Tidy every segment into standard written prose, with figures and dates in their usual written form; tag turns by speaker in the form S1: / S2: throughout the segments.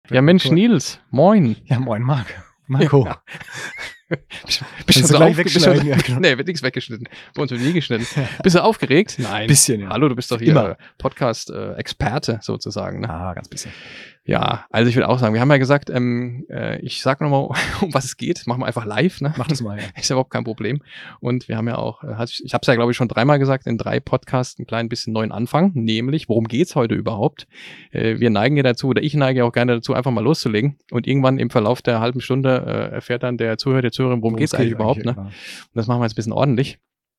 S1: Ja, Mensch, Nils, moin.
S2: Ja, moin, Marco.
S1: Ja. Bist du so
S2: weggeschnitten? Ja, genau.
S1: Nee, wird nichts weggeschnitten. Bei uns wird nie geschnitten. Bist du aufgeregt? Nein.
S2: Bisschen, ja.
S1: Hallo, du bist doch hier Podcast-Experte sozusagen. Ne?
S2: Ah, ganz bisschen.
S1: Ja, also ich würde auch sagen, wir haben ja gesagt, ich sag nochmal, um was es geht. Machen wir einfach live. Ne?
S2: Mach das mal, ja.
S1: Ist ja überhaupt kein Problem. Und wir haben ja auch, ich habe es ja, glaube ich, schon 3-mal gesagt, in 3 Podcasts ein klein bisschen neuen Anfang. Nämlich, worum geht's heute überhaupt? Wir neigen ja dazu, oder ich neige auch gerne dazu, einfach mal loszulegen. Und irgendwann im Verlauf der halben Stunde erfährt dann der Zuhörer, die Zuhörerin, worum geht's eigentlich überhaupt. Ne?
S2: Genau.
S1: Und das machen wir jetzt ein bisschen ordentlich.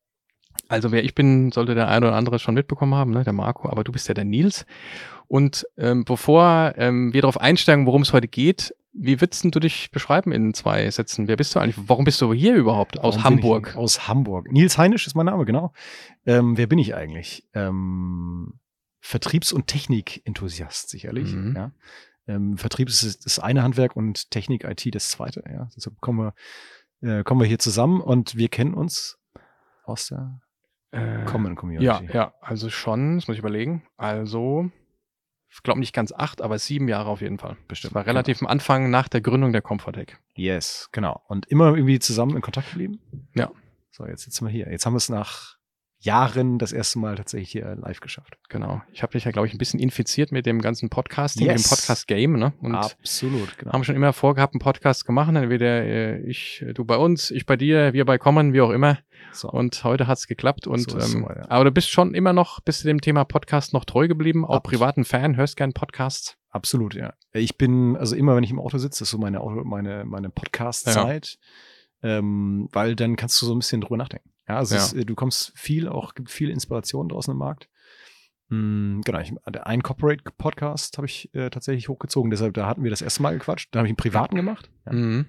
S1: Also wer ich bin, sollte der eine oder andere schon mitbekommen haben, ne? Der Marco, aber du bist ja der Nils. Und bevor wir darauf einsteigen, worum es heute geht, wie würdest du dich beschreiben in 2 Sätzen? Wer bist du eigentlich? Warum bist du hier überhaupt? Aus Hamburg.
S2: Aus Hamburg. Nils Heinisch ist mein Name, genau. Wer bin ich eigentlich? Vertriebs- und Technik-Enthusiast sicherlich.
S1: Mhm.
S2: Ja. Vertrieb ist das eine Handwerk und Technik, IT das zweite. Ja. Deshalb kommen wir hier zusammen und wir kennen uns aus der Common Community.
S1: Ja, also schon, das muss ich überlegen. Also, ich glaube nicht ganz 8, aber 7 Jahre auf jeden Fall.
S2: Bestimmt.
S1: Das war relativ am Anfang nach der Gründung der Comfortech.
S2: Yes, genau. Und immer irgendwie zusammen in Kontakt geblieben.
S1: Ja.
S2: So, jetzt sitzen wir hier. Jetzt haben wir es nach Jahren das erste Mal tatsächlich hier live geschafft.
S1: Genau. Ich habe dich ja, glaube ich, ein bisschen infiziert mit dem ganzen Podcasting,
S2: Yes.
S1: dem Podcast-Game, ne? Und
S2: absolut, genau.
S1: haben schon immer vorgehabt, einen Podcast zu machen. Entweder du bei uns, ich bei dir, wir bei Common, wie auch immer.
S2: So.
S1: Und heute hat's geklappt. Und
S2: So ist es soweit, ja.
S1: aber du bist schon immer noch, bist du dem Thema Podcast noch treu geblieben, auch
S2: Absolut.
S1: privaten Fan, hörst gern Podcasts.
S2: Absolut, ja. Ich bin, also immer, wenn ich im Auto sitze, das ist so meine Podcast-Zeit, weil dann kannst du so ein bisschen drüber nachdenken. Ja, also du kommst gibt viel Inspiration draußen im Markt. Genau, einen Corporate-Podcast habe ich tatsächlich hochgezogen, deshalb, da hatten wir das erste Mal gequatscht. Da habe ich einen privaten gemacht. Ja.
S1: Mhm.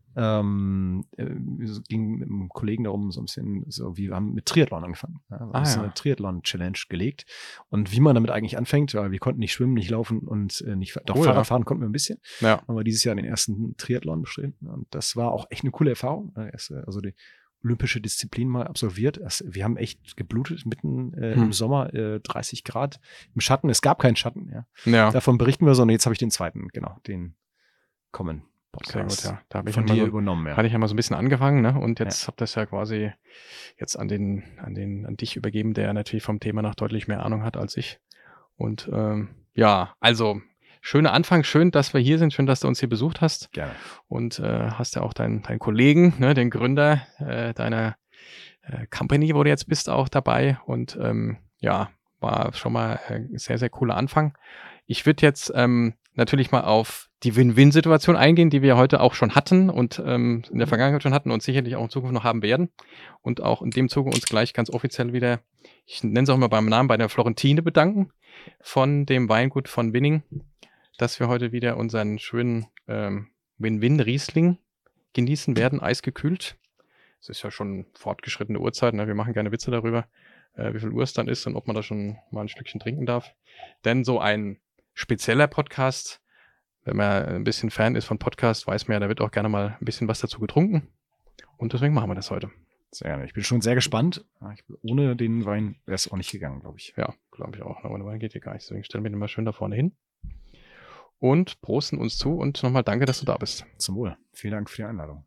S2: Es ging mit einem Kollegen darum, so ein bisschen, wir haben mit Triathlon angefangen. Ja, wir haben eine Triathlon-Challenge gelegt. Und wie man damit eigentlich anfängt, weil wir konnten nicht schwimmen, nicht laufen und Fahrrad fahren konnten wir ein bisschen.
S1: Ja.
S2: Haben wir dieses Jahr den ersten Triathlon bestritten. Und das war auch echt eine coole Erfahrung. Also die olympische Disziplin mal absolviert. Wir haben echt geblutet mitten im Sommer, 30 Grad im Schatten. Es gab keinen Schatten. Ja. Davon berichten wir so. Und jetzt habe ich den zweiten, genau, den Common Podcast.
S1: Sehr gut, ja. Da habe ich
S2: von dir übernommen, ja.
S1: Hatte ich ja mal so ein bisschen angefangen, ne? Und jetzt habe das ja quasi jetzt an dich übergeben, der natürlich vom Thema noch deutlich mehr Ahnung hat als ich. Und also schöner Anfang, schön, dass wir hier sind, schön, dass du uns hier besucht hast.
S2: Gerne.
S1: Und hast ja auch deinen Kollegen, ne, den Gründer deiner Company, wo du jetzt bist, auch dabei. Und war schon mal ein sehr, sehr cooler Anfang. Ich würde jetzt natürlich mal auf die Win-Win-Situation eingehen, die wir heute auch schon hatten und in der Vergangenheit schon hatten und sicherlich auch in Zukunft noch haben werden. Und auch in dem Zuge uns gleich ganz offiziell wieder, ich nenne es auch mal beim Namen, bei der Florentine bedanken von dem Weingut von Winning, dass wir heute wieder unseren schönen Win-Win-Riesling genießen werden, eisgekühlt. Es ist ja schon fortgeschrittene Uhrzeit, ne? Wir machen gerne Witze darüber, wie viel Uhr es dann ist und ob man da schon mal ein Stückchen trinken darf. Denn so ein spezieller Podcast, wenn man ein bisschen Fan ist von Podcasts, weiß man ja, da wird auch gerne mal ein bisschen was dazu getrunken. Und deswegen machen wir das heute.
S2: Sehr gerne. Ich bin schon sehr gespannt. Ohne den Wein wäre es auch nicht gegangen, glaube ich.
S1: Ja, glaube ich auch. Ohne Wein geht hier gar nicht. Deswegen stellen wir den mal schön da vorne hin. Und prosten uns zu und nochmal danke, dass du da bist.
S2: Zum Wohl. Vielen Dank für die Einladung.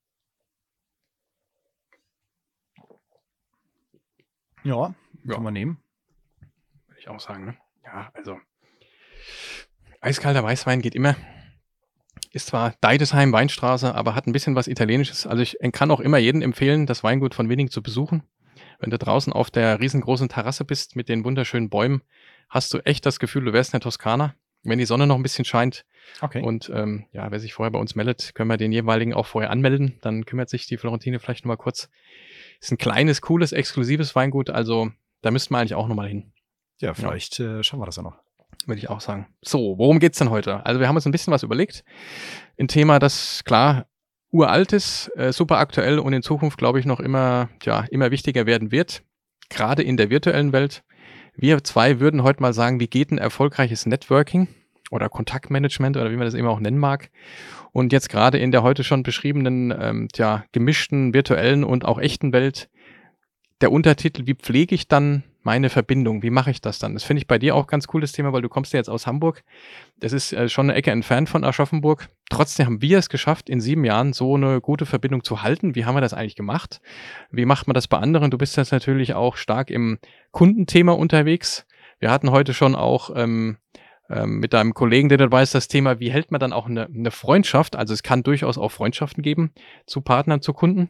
S2: Ja, kann man nehmen.
S1: Würde ich auch sagen, ne? Ja, also eiskalter Weißwein geht immer. Ist zwar Deidesheim, Weinstraße, aber hat ein bisschen was Italienisches. Also ich kann auch immer jedem empfehlen, das Weingut von Winning zu besuchen. Wenn du draußen auf der riesengroßen Terrasse bist mit den wunderschönen Bäumen, hast du echt das Gefühl, du wärst in der Toskana, wenn die Sonne noch ein bisschen scheint.
S2: Okay.
S1: Und wer sich vorher bei uns meldet, können wir den jeweiligen auch vorher anmelden. Dann kümmert sich die Florentine vielleicht nochmal kurz. Ist ein kleines, cooles, exklusives Weingut, also da müssten wir eigentlich auch nochmal hin.
S2: Ja, vielleicht schaffen wir das ja noch.
S1: Würde ich auch sagen. So, worum geht's denn heute? Also wir haben uns ein bisschen was überlegt. Ein Thema, das klar uralt ist, super aktuell und in Zukunft, glaube ich, noch immer wichtiger werden wird. Gerade in der virtuellen Welt. Wir 2 würden heute mal sagen, wie geht ein erfolgreiches Networking oder Kontaktmanagement oder wie man das eben auch nennen mag. Und jetzt gerade in der heute schon beschriebenen, gemischten virtuellen und auch echten Welt, der Untertitel, wie pflege ich dann meine Verbindung? Wie mache ich das dann? Das finde ich bei dir auch ganz cooles Thema, weil du kommst ja jetzt aus Hamburg. Das ist schon eine Ecke entfernt von Aschaffenburg. Trotzdem haben wir es geschafft, in 7 Jahren so eine gute Verbindung zu halten. Wie haben wir das eigentlich gemacht? Wie macht man das bei anderen? Du bist jetzt natürlich auch stark im Kundenthema unterwegs. Wir hatten heute schon auch mit deinem Kollegen, der dabei ist, das Thema, wie hält man dann auch eine Freundschaft? Also es kann durchaus auch Freundschaften geben zu Partnern, zu Kunden,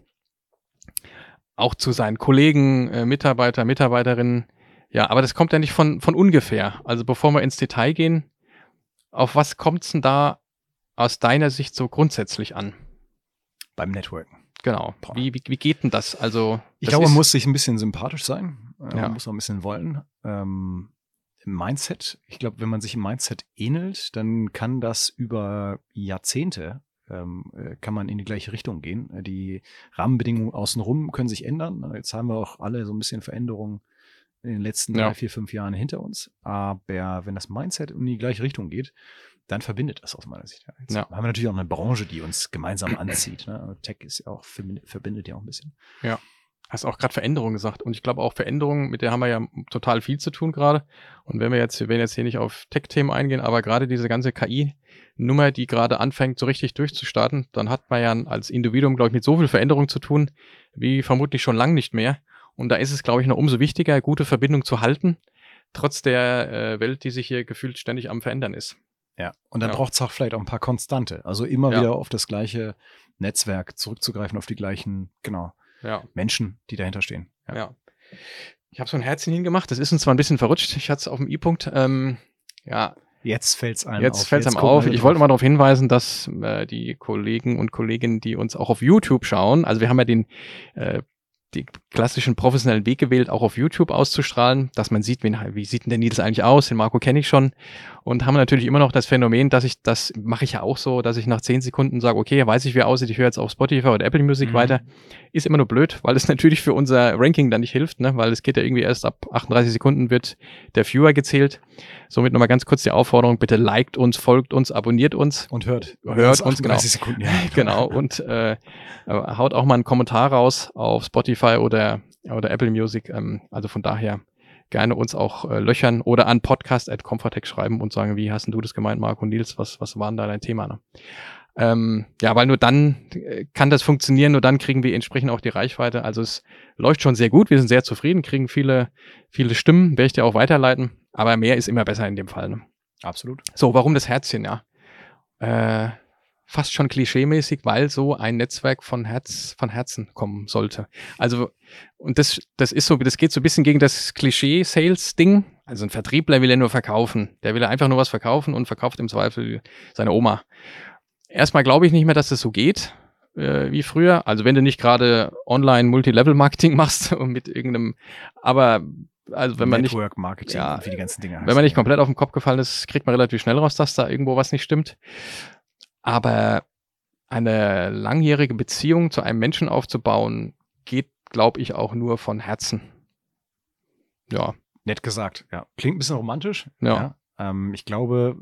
S1: auch zu seinen Kollegen, Mitarbeiter, Mitarbeiterinnen. Ja, aber das kommt ja nicht von ungefähr. Also bevor wir ins Detail gehen, auf was kommt es denn da aus deiner Sicht so grundsätzlich an?
S2: Beim Networken.
S1: Genau. Wie geht denn das? Also
S2: ich glaube, man muss sich ein bisschen sympathisch sein.
S1: Ja.
S2: Man muss auch ein bisschen wollen. Im Mindset, ich glaube, wenn man sich im Mindset ähnelt, dann kann das über Jahrzehnte, kann man in die gleiche Richtung gehen. Die Rahmenbedingungen außenrum können sich ändern. Jetzt haben wir auch alle so ein bisschen Veränderungen in den letzten 3, 4, 5 Jahren hinter uns. Aber wenn das Mindset in die gleiche Richtung geht, dann verbindet das aus meiner Sicht. Jetzt haben wir natürlich auch eine Branche, die uns gemeinsam anzieht. Ne? Tech ist ja auch, verbindet ja auch ein bisschen.
S1: Ja. Hast auch gerade Veränderungen gesagt. Und ich glaube auch Veränderungen, mit der haben wir ja total viel zu tun gerade. Und wir werden jetzt hier nicht auf Tech-Themen eingehen, aber gerade diese ganze KI-Nummer, die gerade anfängt, so richtig durchzustarten, dann hat man ja als Individuum, glaube ich, mit so viel Veränderung zu tun, wie vermutlich schon lange nicht mehr. Und da ist es, glaube ich, noch umso wichtiger, gute Verbindung zu halten, trotz der Welt, die sich hier gefühlt ständig am Verändern ist.
S2: Ja, und dann braucht es auch vielleicht auch ein paar Konstante. Also immer wieder auf das gleiche Netzwerk zurückzugreifen, auf die gleichen, Menschen, die dahinter stehen.
S1: Ja. Ich habe so ein Herzchen hingemacht. Das ist uns zwar ein bisschen verrutscht. Ich hatte es auf dem I-Punkt.
S2: Jetzt fällt es einem
S1: auf. Jetzt fällt es einem auf. Ich wollte mal darauf hinweisen, dass die Kollegen und Kolleginnen, die uns auch auf YouTube schauen, also wir haben ja die klassischen professionellen Weg gewählt, auch auf YouTube auszustrahlen, dass man sieht, wie sieht denn der Nils eigentlich aus? Den Marco kenne ich schon. Und haben natürlich immer noch das Phänomen, das mache ich ja auch so, dass ich nach 10 Sekunden sage, okay, weiß ich, wie er aussieht, ich höre jetzt auf Spotify oder Apple Music weiter. Ist immer nur blöd, weil es natürlich für unser Ranking dann nicht hilft, ne? Weil es geht ja irgendwie erst ab 38 Sekunden wird der Viewer gezählt. Somit nochmal ganz kurz die Aufforderung, bitte liked uns, folgt uns, abonniert uns.
S2: Und hört
S1: uns, genau.
S2: Sekunden,
S1: genau, und haut auch mal einen Kommentar raus auf Spotify oder Apple Music. Also von daher gerne uns auch löchern oder an podcast@comfortech schreiben und sagen, wie hast denn du das gemeint, Marco und Nils, was war denn da dein Thema? Ne? Weil nur dann kann das funktionieren, nur dann kriegen wir entsprechend auch die Reichweite. Also es läuft schon sehr gut, wir sind sehr zufrieden, kriegen viele Stimmen, werde ich dir auch weiterleiten, aber mehr ist immer besser in dem Fall. Ne?
S2: Absolut.
S1: So, warum das Herzchen, ja? Fast schon klischeemäßig, weil so ein Netzwerk von Herzen kommen sollte. Also, und das ist so, das geht so ein bisschen gegen das Klischee-Sales-Ding. Also ein Vertriebler will ja nur verkaufen. Der will ja einfach nur was verkaufen und verkauft im Zweifel seine Oma. Erstmal glaube ich nicht mehr, dass das so geht wie früher. Also wenn du nicht gerade online Multilevel-Marketing machst und mit irgendeinem, aber also wenn man nicht
S2: Network-Marketing und wie die ganzen Dinge heißen.
S1: Wenn man nicht komplett auf den Kopf gefallen ist, kriegt man relativ schnell raus, dass da irgendwo was nicht stimmt. Aber eine langjährige Beziehung zu einem Menschen aufzubauen, geht, glaube ich, auch nur von Herzen. Ja.
S2: Nett gesagt, ja. Klingt ein bisschen romantisch.
S1: Ja.
S2: Ich glaube,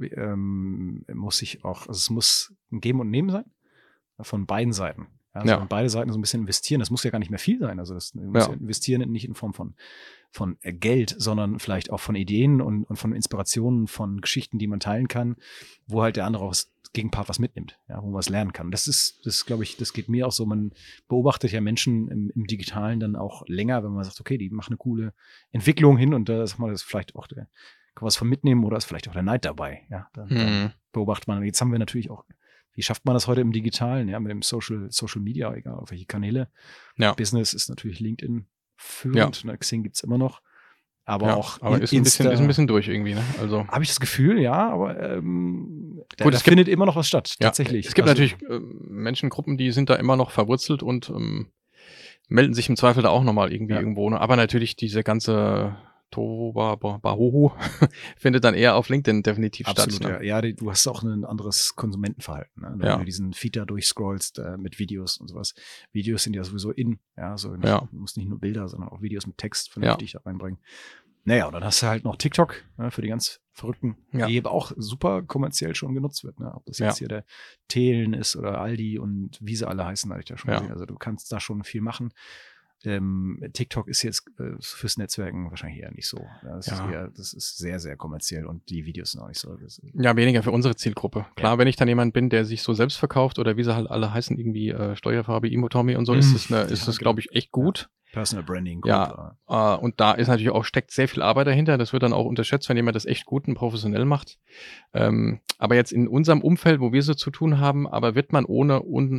S2: es muss ein Geben und Nehmen sein. Von beiden Seiten. Also von beide Seiten so ein bisschen investieren. Das muss ja gar nicht mehr viel sein. Also das muss investieren nicht in Form von Geld, sondern vielleicht auch von Ideen und von Inspirationen, von Geschichten, die man teilen kann, wo halt der andere auch das Gegenpart was mitnimmt, ja, wo man was lernen kann. Das glaube ich, das geht mir auch so. Man beobachtet ja Menschen im Digitalen dann auch länger, wenn man sagt, okay, die machen eine coole Entwicklung hin und da ist vielleicht auch kann was von mitnehmen oder ist vielleicht auch der Neid dabei. Ja, dann beobachtet man. Jetzt haben wir natürlich auch, wie schafft man das heute im Digitalen, ja, mit dem Social Media, egal auf welche Kanäle. Ja. Business ist natürlich LinkedIn führend, Xing gibt's immer noch. Aber
S1: ist ein bisschen durch irgendwie, ne? Also
S2: habe ich das Gefühl, ja, aber gut, es findet immer noch was statt, tatsächlich.
S1: Es gibt natürlich Menschengruppen, die sind da immer noch verwurzelt und melden sich im Zweifel da auch nochmal irgendwie irgendwo. Ne? Aber natürlich diese ganze Bahuhu findet dann eher auf LinkedIn definitiv statt.
S2: Absolut, ne? Ja, du hast auch ein anderes Konsumentenverhalten. Ne? Wenn du diesen Feed da durchscrollst mit Videos und sowas. Videos sind ja sowieso du musst nicht nur Bilder, sondern auch Videos mit Text vernünftig da reinbringen. Naja, und dann hast du halt noch TikTok, ne, für die ganz Verrückten, die eben auch super kommerziell schon genutzt wird. Ne? Ob das jetzt hier der Thelen ist oder Aldi und wie sie alle heißen, hatte ich da schon gesehen. Also du kannst da schon viel machen. TikTok ist jetzt fürs Netzwerken wahrscheinlich eher nicht so. Das ist sehr, sehr kommerziell und die Videos sind auch nicht so.
S1: Ja, weniger für unsere Zielgruppe. Klar, wenn ich dann jemand bin, der sich so selbst verkauft oder wie sie halt alle heißen, irgendwie Steuerfarbe, Imo-Tommy und so, ist das, glaube ich, echt gut.
S2: Personal Branding. Gut,
S1: ja, und da ist natürlich auch, steckt sehr viel Arbeit dahinter. Das wird dann auch unterschätzt, wenn jemand das echt gut und professionell macht. Aber jetzt in unserem Umfeld, wo wir so zu tun haben, aber wird man ohne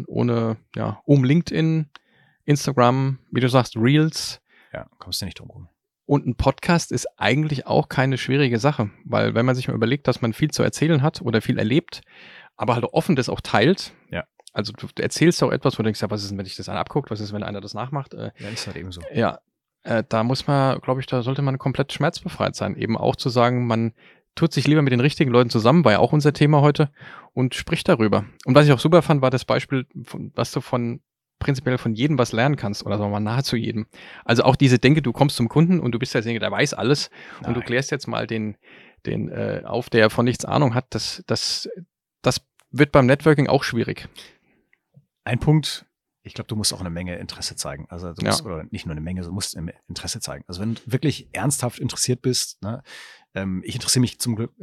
S1: LinkedIn, Instagram, wie du sagst, Reels.
S2: Ja, kommst du nicht drum rum.
S1: Und ein Podcast ist eigentlich auch keine schwierige Sache, weil wenn man sich mal überlegt, dass man viel zu erzählen hat oder viel erlebt, aber halt offen das auch teilt.
S2: Ja.
S1: Also du erzählst auch etwas, wo du denkst, ja, was ist denn, wenn dich das einer abguckt? Was ist, wenn einer das nachmacht?
S2: Ja, ist halt eben so.
S1: Ja, da muss man, glaube ich, da sollte man komplett schmerzbefreit sein. Eben auch zu sagen, man tut sich lieber mit den richtigen Leuten zusammen, war ja auch unser Thema heute, und spricht darüber. Und was ich auch super fand, war das Beispiel, was du prinzipiell von jedem was lernen kannst, oder sagen wir mal nahezu jedem. Also auch diese Denke, du kommst zum Kunden und du bist derjenige, der weiß alles. Nein. Und du klärst jetzt mal den auf, der von nichts Ahnung hat. Das wird beim Networking auch schwierig.
S2: Ein Punkt, ich glaube, du musst auch eine Menge Interesse zeigen. Also du musst, oder nicht nur eine Menge, du musst Interesse zeigen. Also wenn du wirklich ernsthaft interessiert bist, ne, ich interessiere mich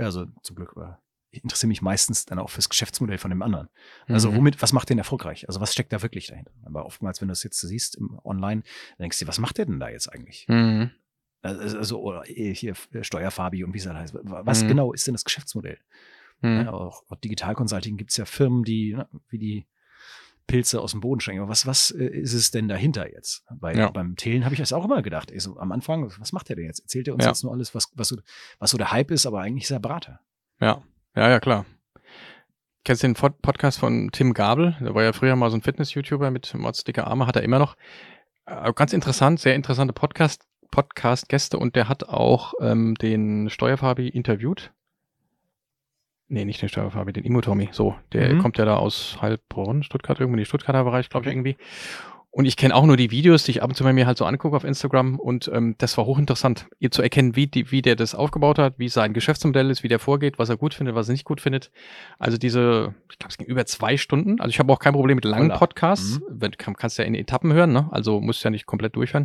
S2: ich interessiere mich meistens dann auch fürs Geschäftsmodell von dem anderen. Also was macht den erfolgreich? Also was steckt da wirklich dahinter? Aber oftmals, wenn du das jetzt siehst online, dann denkst du dir, was macht der denn da jetzt eigentlich? Also oder hier Steuerfabi und wie es halt heißt. Was genau ist denn das Geschäftsmodell? Ja, auch Digital Consulting gibt es ja Firmen, die wie die Pilze aus dem Boden steigen. Aber was ist es denn dahinter jetzt? Weil beim Telen habe ich das auch immer gedacht. Also am Anfang, was macht der denn jetzt? Erzählt er uns jetzt nur alles, was so der Hype ist, aber eigentlich ist er Berater.
S1: Ja, klar. Kennst du den Podcast von Tim Gabel? Der war ja früher mal so ein Fitness-YouTuber mit mordsdicke Arme, hat er immer noch. Ganz interessant, sehr interessante Podcast-Gäste, und der hat auch den Steuerfabi interviewt. Nee, nicht den Steuerfabi, den Imo-Tommy. So, der kommt ja da aus Heilbronn, Stuttgart, irgendwie in die Stuttgarter Bereich, glaube ich, irgendwie. Und ich kenne auch nur die Videos, die ich ab und zu bei mir halt so angucke auf Instagram, und das war hochinteressant, ihr zu erkennen, wie der das aufgebaut hat, wie sein Geschäftsmodell ist, wie der vorgeht, was er gut findet, was er nicht gut findet. Also ich glaube, es ging über 2 Stunden. Also ich habe auch kein Problem mit langen Podcasts. Kannst ja in Etappen hören, ne? Also musst ja nicht komplett durchhören.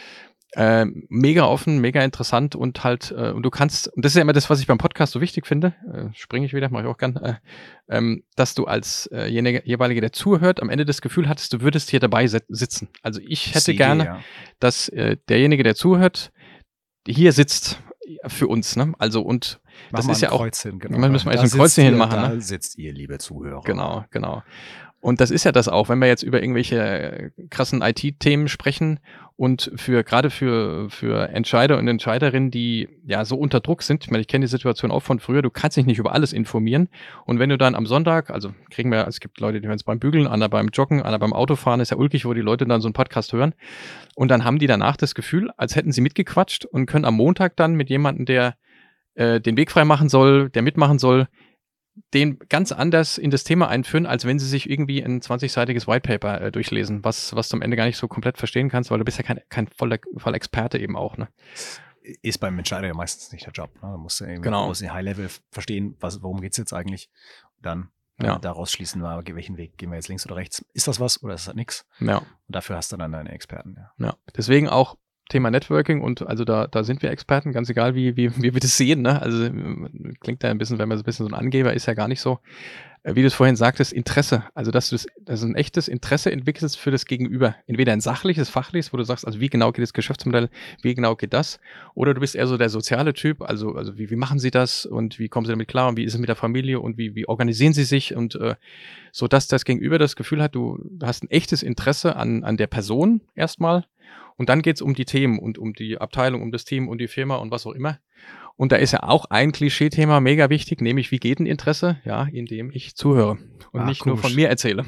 S1: Mega offen, mega interessant, und halt, und du kannst, und das ist ja immer das, was ich beim Podcast so wichtig finde, springe ich wieder, mache ich auch gern, dass du als jeweilige, der zuhört, am Ende das Gefühl hattest, du würdest hier dabei sitzen. Also ich hätte gerne, dass derjenige, der zuhört, hier sitzt für uns, ne? Also, und das ist ja auch, man müssen wir jetzt ein Kreuzchen hinmachen, ne?
S2: Da sitzt ihr, liebe Zuhörer.
S1: Genau. Und das ist ja das auch, wenn wir jetzt über irgendwelche krassen IT-Themen sprechen und gerade für Entscheider und Entscheiderinnen, die ja so unter Druck sind. Ich meine, ich kenne die Situation auch von früher, du kannst dich nicht über alles informieren. Und wenn du dann am Sonntag, also es gibt Leute, die hören es beim Bügeln, einer beim Joggen, einer beim Autofahren, ist ja ulkig, wo die Leute dann so einen Podcast hören. Und dann haben die danach das Gefühl, als hätten sie mitgequatscht, und können am Montag dann mit jemandem, der den Weg frei machen soll, der mitmachen soll, den ganz anders in das Thema einführen, als wenn sie sich irgendwie ein 20-seitiges Whitepaper durchlesen, was du am Ende gar nicht so komplett verstehen kannst, weil du bist ja kein voller Experte eben auch, ne?
S2: Ist beim Entscheider ja meistens nicht der Job, ne? Du musst ja irgendwie High-Level verstehen, worum geht's jetzt eigentlich, dann daraus schließen, welchen Weg gehen wir jetzt, links oder rechts. Ist das was oder ist das nichts? Ja. Und dafür hast du dann deine Experten,
S1: Ja, deswegen auch Thema Networking, und also da sind wir Experten, ganz egal wie wir das sehen, ne? Also klingt da ein bisschen, wenn man so ein bisschen so ein Angeber ist, ja gar nicht so. Wie du es vorhin sagtest, Interesse, also dass du ein echtes Interesse entwickelst für das Gegenüber. Entweder ein sachliches, fachliches, wo du sagst, also wie genau geht das Geschäftsmodell, wie genau geht das, oder du bist eher so der soziale Typ, also wie machen sie das und wie kommen sie damit klar und wie ist es mit der Familie und wie organisieren sie sich, und so dass das Gegenüber das Gefühl hat, du hast ein echtes Interesse an der Person erstmal. Und dann geht's um die Themen und um die Abteilung, um das Team und die Firma und was auch immer. Und da ist ja auch ein Klischee-Thema mega wichtig, nämlich wie geht ein Interesse? Ja, indem ich zuhöre und nicht nur von mir erzähle.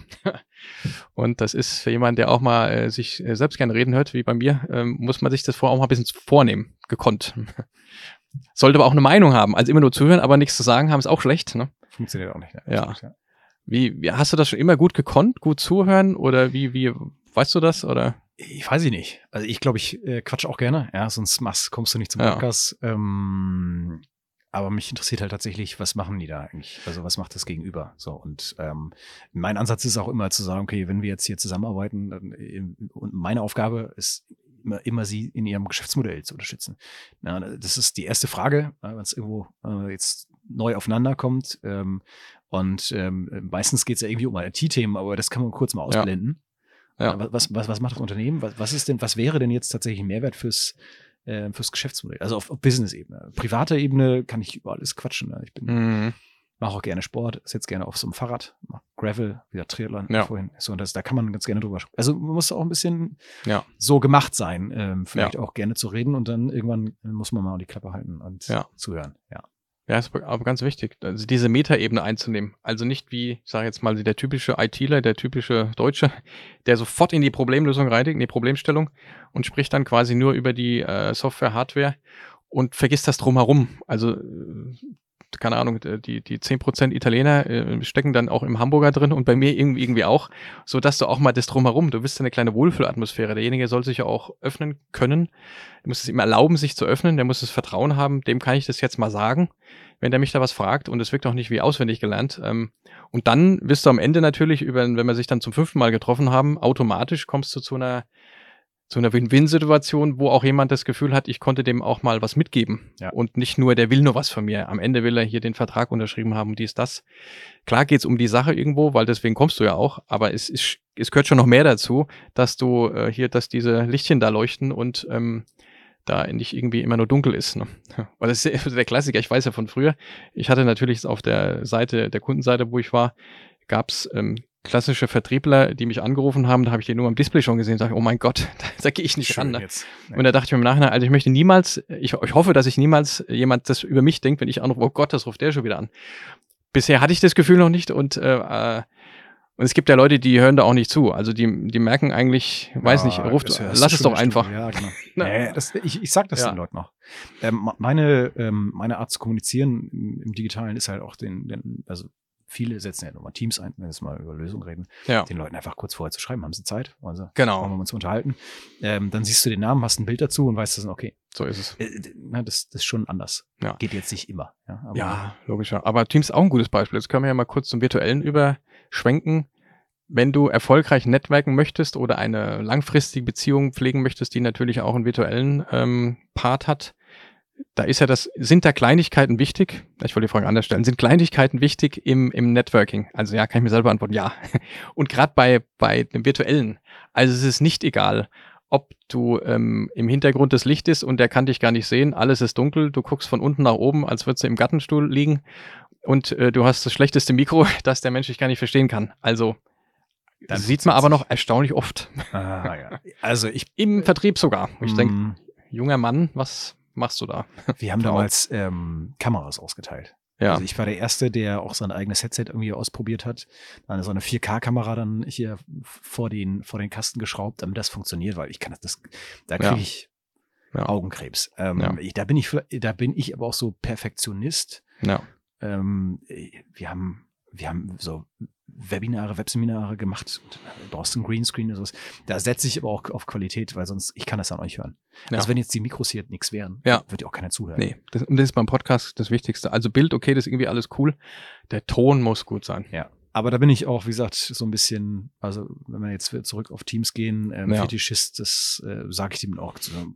S1: Und das ist für jemanden, der auch mal sich selbst gerne reden hört, wie bei mir, muss man sich das vorher auch mal ein bisschen vornehmen, gekonnt. Sollte aber auch eine Meinung haben. Also immer nur zuhören, aber nichts zu sagen haben, ist auch schlecht, ne?
S2: Funktioniert auch nicht. Ne?
S1: Ja. Wie hast du das schon immer gut gekonnt, gut zuhören, oder wie weißt du das, oder?
S2: Ich weiß nicht. Also ich glaube, ich quatsch auch gerne. Ja, sonst kommst du nicht zum Podcast. Aber mich interessiert halt tatsächlich, was machen die da eigentlich? Also was macht das Gegenüber? So, und mein Ansatz ist auch immer zu sagen, okay, wenn wir jetzt hier zusammenarbeiten, und meine Aufgabe ist immer sie in ihrem Geschäftsmodell zu unterstützen. Ja, das ist die erste Frage, wenn es irgendwo jetzt neu aufeinander kommt. Und meistens geht es ja irgendwie um IT-Themen, aber das kann man kurz mal ausblenden. Ja. Was macht das Unternehmen? Was wäre denn jetzt tatsächlich ein Mehrwert fürs Geschäftsmodell? Also auf Business-Ebene. Privater Ebene kann ich über alles quatschen. Ne? Ich mache auch gerne Sport, sitze gerne auf so einem Fahrrad, mache Gravel, wieder Triathlon vorhin. So, und da kann man ganz gerne drüber sprechen. Also man muss auch ein bisschen so gemacht sein, vielleicht auch gerne zu reden und dann irgendwann muss man mal die Klappe halten und zuhören.
S1: Ja, ist aber ganz wichtig, also diese Metaebene einzunehmen. Also nicht wie, ich sage jetzt mal, der typische ITler, der typische Deutsche, der sofort in die Problemlösung reinigt, in die Problemstellung und spricht dann quasi nur über die Software, Hardware und vergisst das drumherum. Also keine Ahnung, die 10% Italiener stecken dann auch im Hamburger drin und bei mir irgendwie auch, so dass du auch mal das drumherum, du bist eine kleine Wohlfühlatmosphäre. Derjenige soll sich ja auch öffnen können. Du musst es ihm erlauben, sich zu öffnen. Der muss das Vertrauen haben. Dem kann ich das jetzt mal sagen, wenn der mich da was fragt und es wirkt auch nicht wie auswendig gelernt. Und dann wirst du am Ende natürlich wenn wir sich dann zum 5. Mal getroffen haben, automatisch kommst du zu einer Win-Win-Situation, wo auch jemand das Gefühl hat, ich konnte dem auch mal was mitgeben. Ja. Und nicht nur, der will nur was von mir. Am Ende will er hier den Vertrag unterschrieben haben und dies, das. Klar geht's um die Sache irgendwo, weil deswegen kommst du ja auch. Aber es gehört schon noch mehr dazu, dass du dass diese Lichtchen da leuchten und da nicht irgendwie immer nur dunkel ist. Ne? Weil das ist der Klassiker. Ich weiß ja von früher. Ich hatte natürlich auf der Kundenseite, wo ich war, gab's klassische Vertriebler, die mich angerufen haben, da habe ich den nur am Display schon gesehen und sage, oh mein Gott, da gehe ich nicht ran. Ne? Und da dachte ich mir im Nachhinein, also ich möchte niemals, ich hoffe, dass ich niemals jemand das über mich denkt, wenn ich anrufe, oh Gott, das ruft der schon wieder an. Bisher hatte ich das Gefühl noch nicht und es gibt ja Leute, die hören da auch nicht zu. Also die merken eigentlich, lass es doch einfach.
S2: Ja, genau. Ich sag das den Leuten noch. Meine Art zu kommunizieren im Digitalen ist halt auch also viele setzen ja nochmal Teams ein, wenn wir jetzt mal über Lösungen reden, den Leuten einfach kurz vorher zu schreiben, haben sie Zeit, wollen wir uns unterhalten. Dann siehst du den Namen, hast ein Bild dazu und weißt, das ist okay.
S1: So ist es.
S2: Das ist schon anders. Ja. Geht jetzt nicht immer.
S1: Ja, logisch. Aber Teams ist auch ein gutes Beispiel. Jetzt können wir ja mal kurz zum Virtuellen überschwenken. Wenn du erfolgreich networken möchtest oder eine langfristige Beziehung pflegen möchtest, die natürlich auch einen virtuellen Part hat, sind da Kleinigkeiten wichtig? Ich wollte die Frage anders stellen. Sind Kleinigkeiten wichtig im Networking? Also ja, kann ich mir selber antworten, ja. Und gerade bei dem Virtuellen. Also es ist nicht egal, ob du im Hintergrund das Licht ist und der kann dich gar nicht sehen, alles ist dunkel, du guckst von unten nach oben, als würdest du im Gartenstuhl liegen und du hast das schlechteste Mikro, dass der Mensch dich gar nicht verstehen kann. Also das sieht man aber noch erstaunlich oft.
S2: Ja. Also
S1: im Vertrieb sogar. Ich denke, junger Mann, was machst du da?
S2: Wir haben damals Kameras ausgeteilt. Ja. Also ich war der Erste, der auch sein eigenes Headset irgendwie ausprobiert hat. Dann so eine 4K-Kamera dann hier vor den Kasten geschraubt, damit das funktioniert, weil da kriege ich Augenkrebs. Da bin ich aber auch so Perfektionist.
S1: Ja.
S2: Wir haben so Webseminare gemacht, du brauchst einen Greenscreen oder sowas. Da setze ich aber auch auf Qualität, weil sonst, ich kann das dann auch nicht hören. Ja. Also wenn jetzt die Mikros hier nichts wären, wird ja auch keiner zuhören.
S1: Nee, das ist beim Podcast das Wichtigste. Also Bild, okay, das ist irgendwie alles cool. Der Ton muss gut sein.
S2: Ja, aber da bin ich auch, wie gesagt, so ein bisschen, also wenn wir jetzt zurück auf Teams gehen, Fetischist, das sage ich dem auch,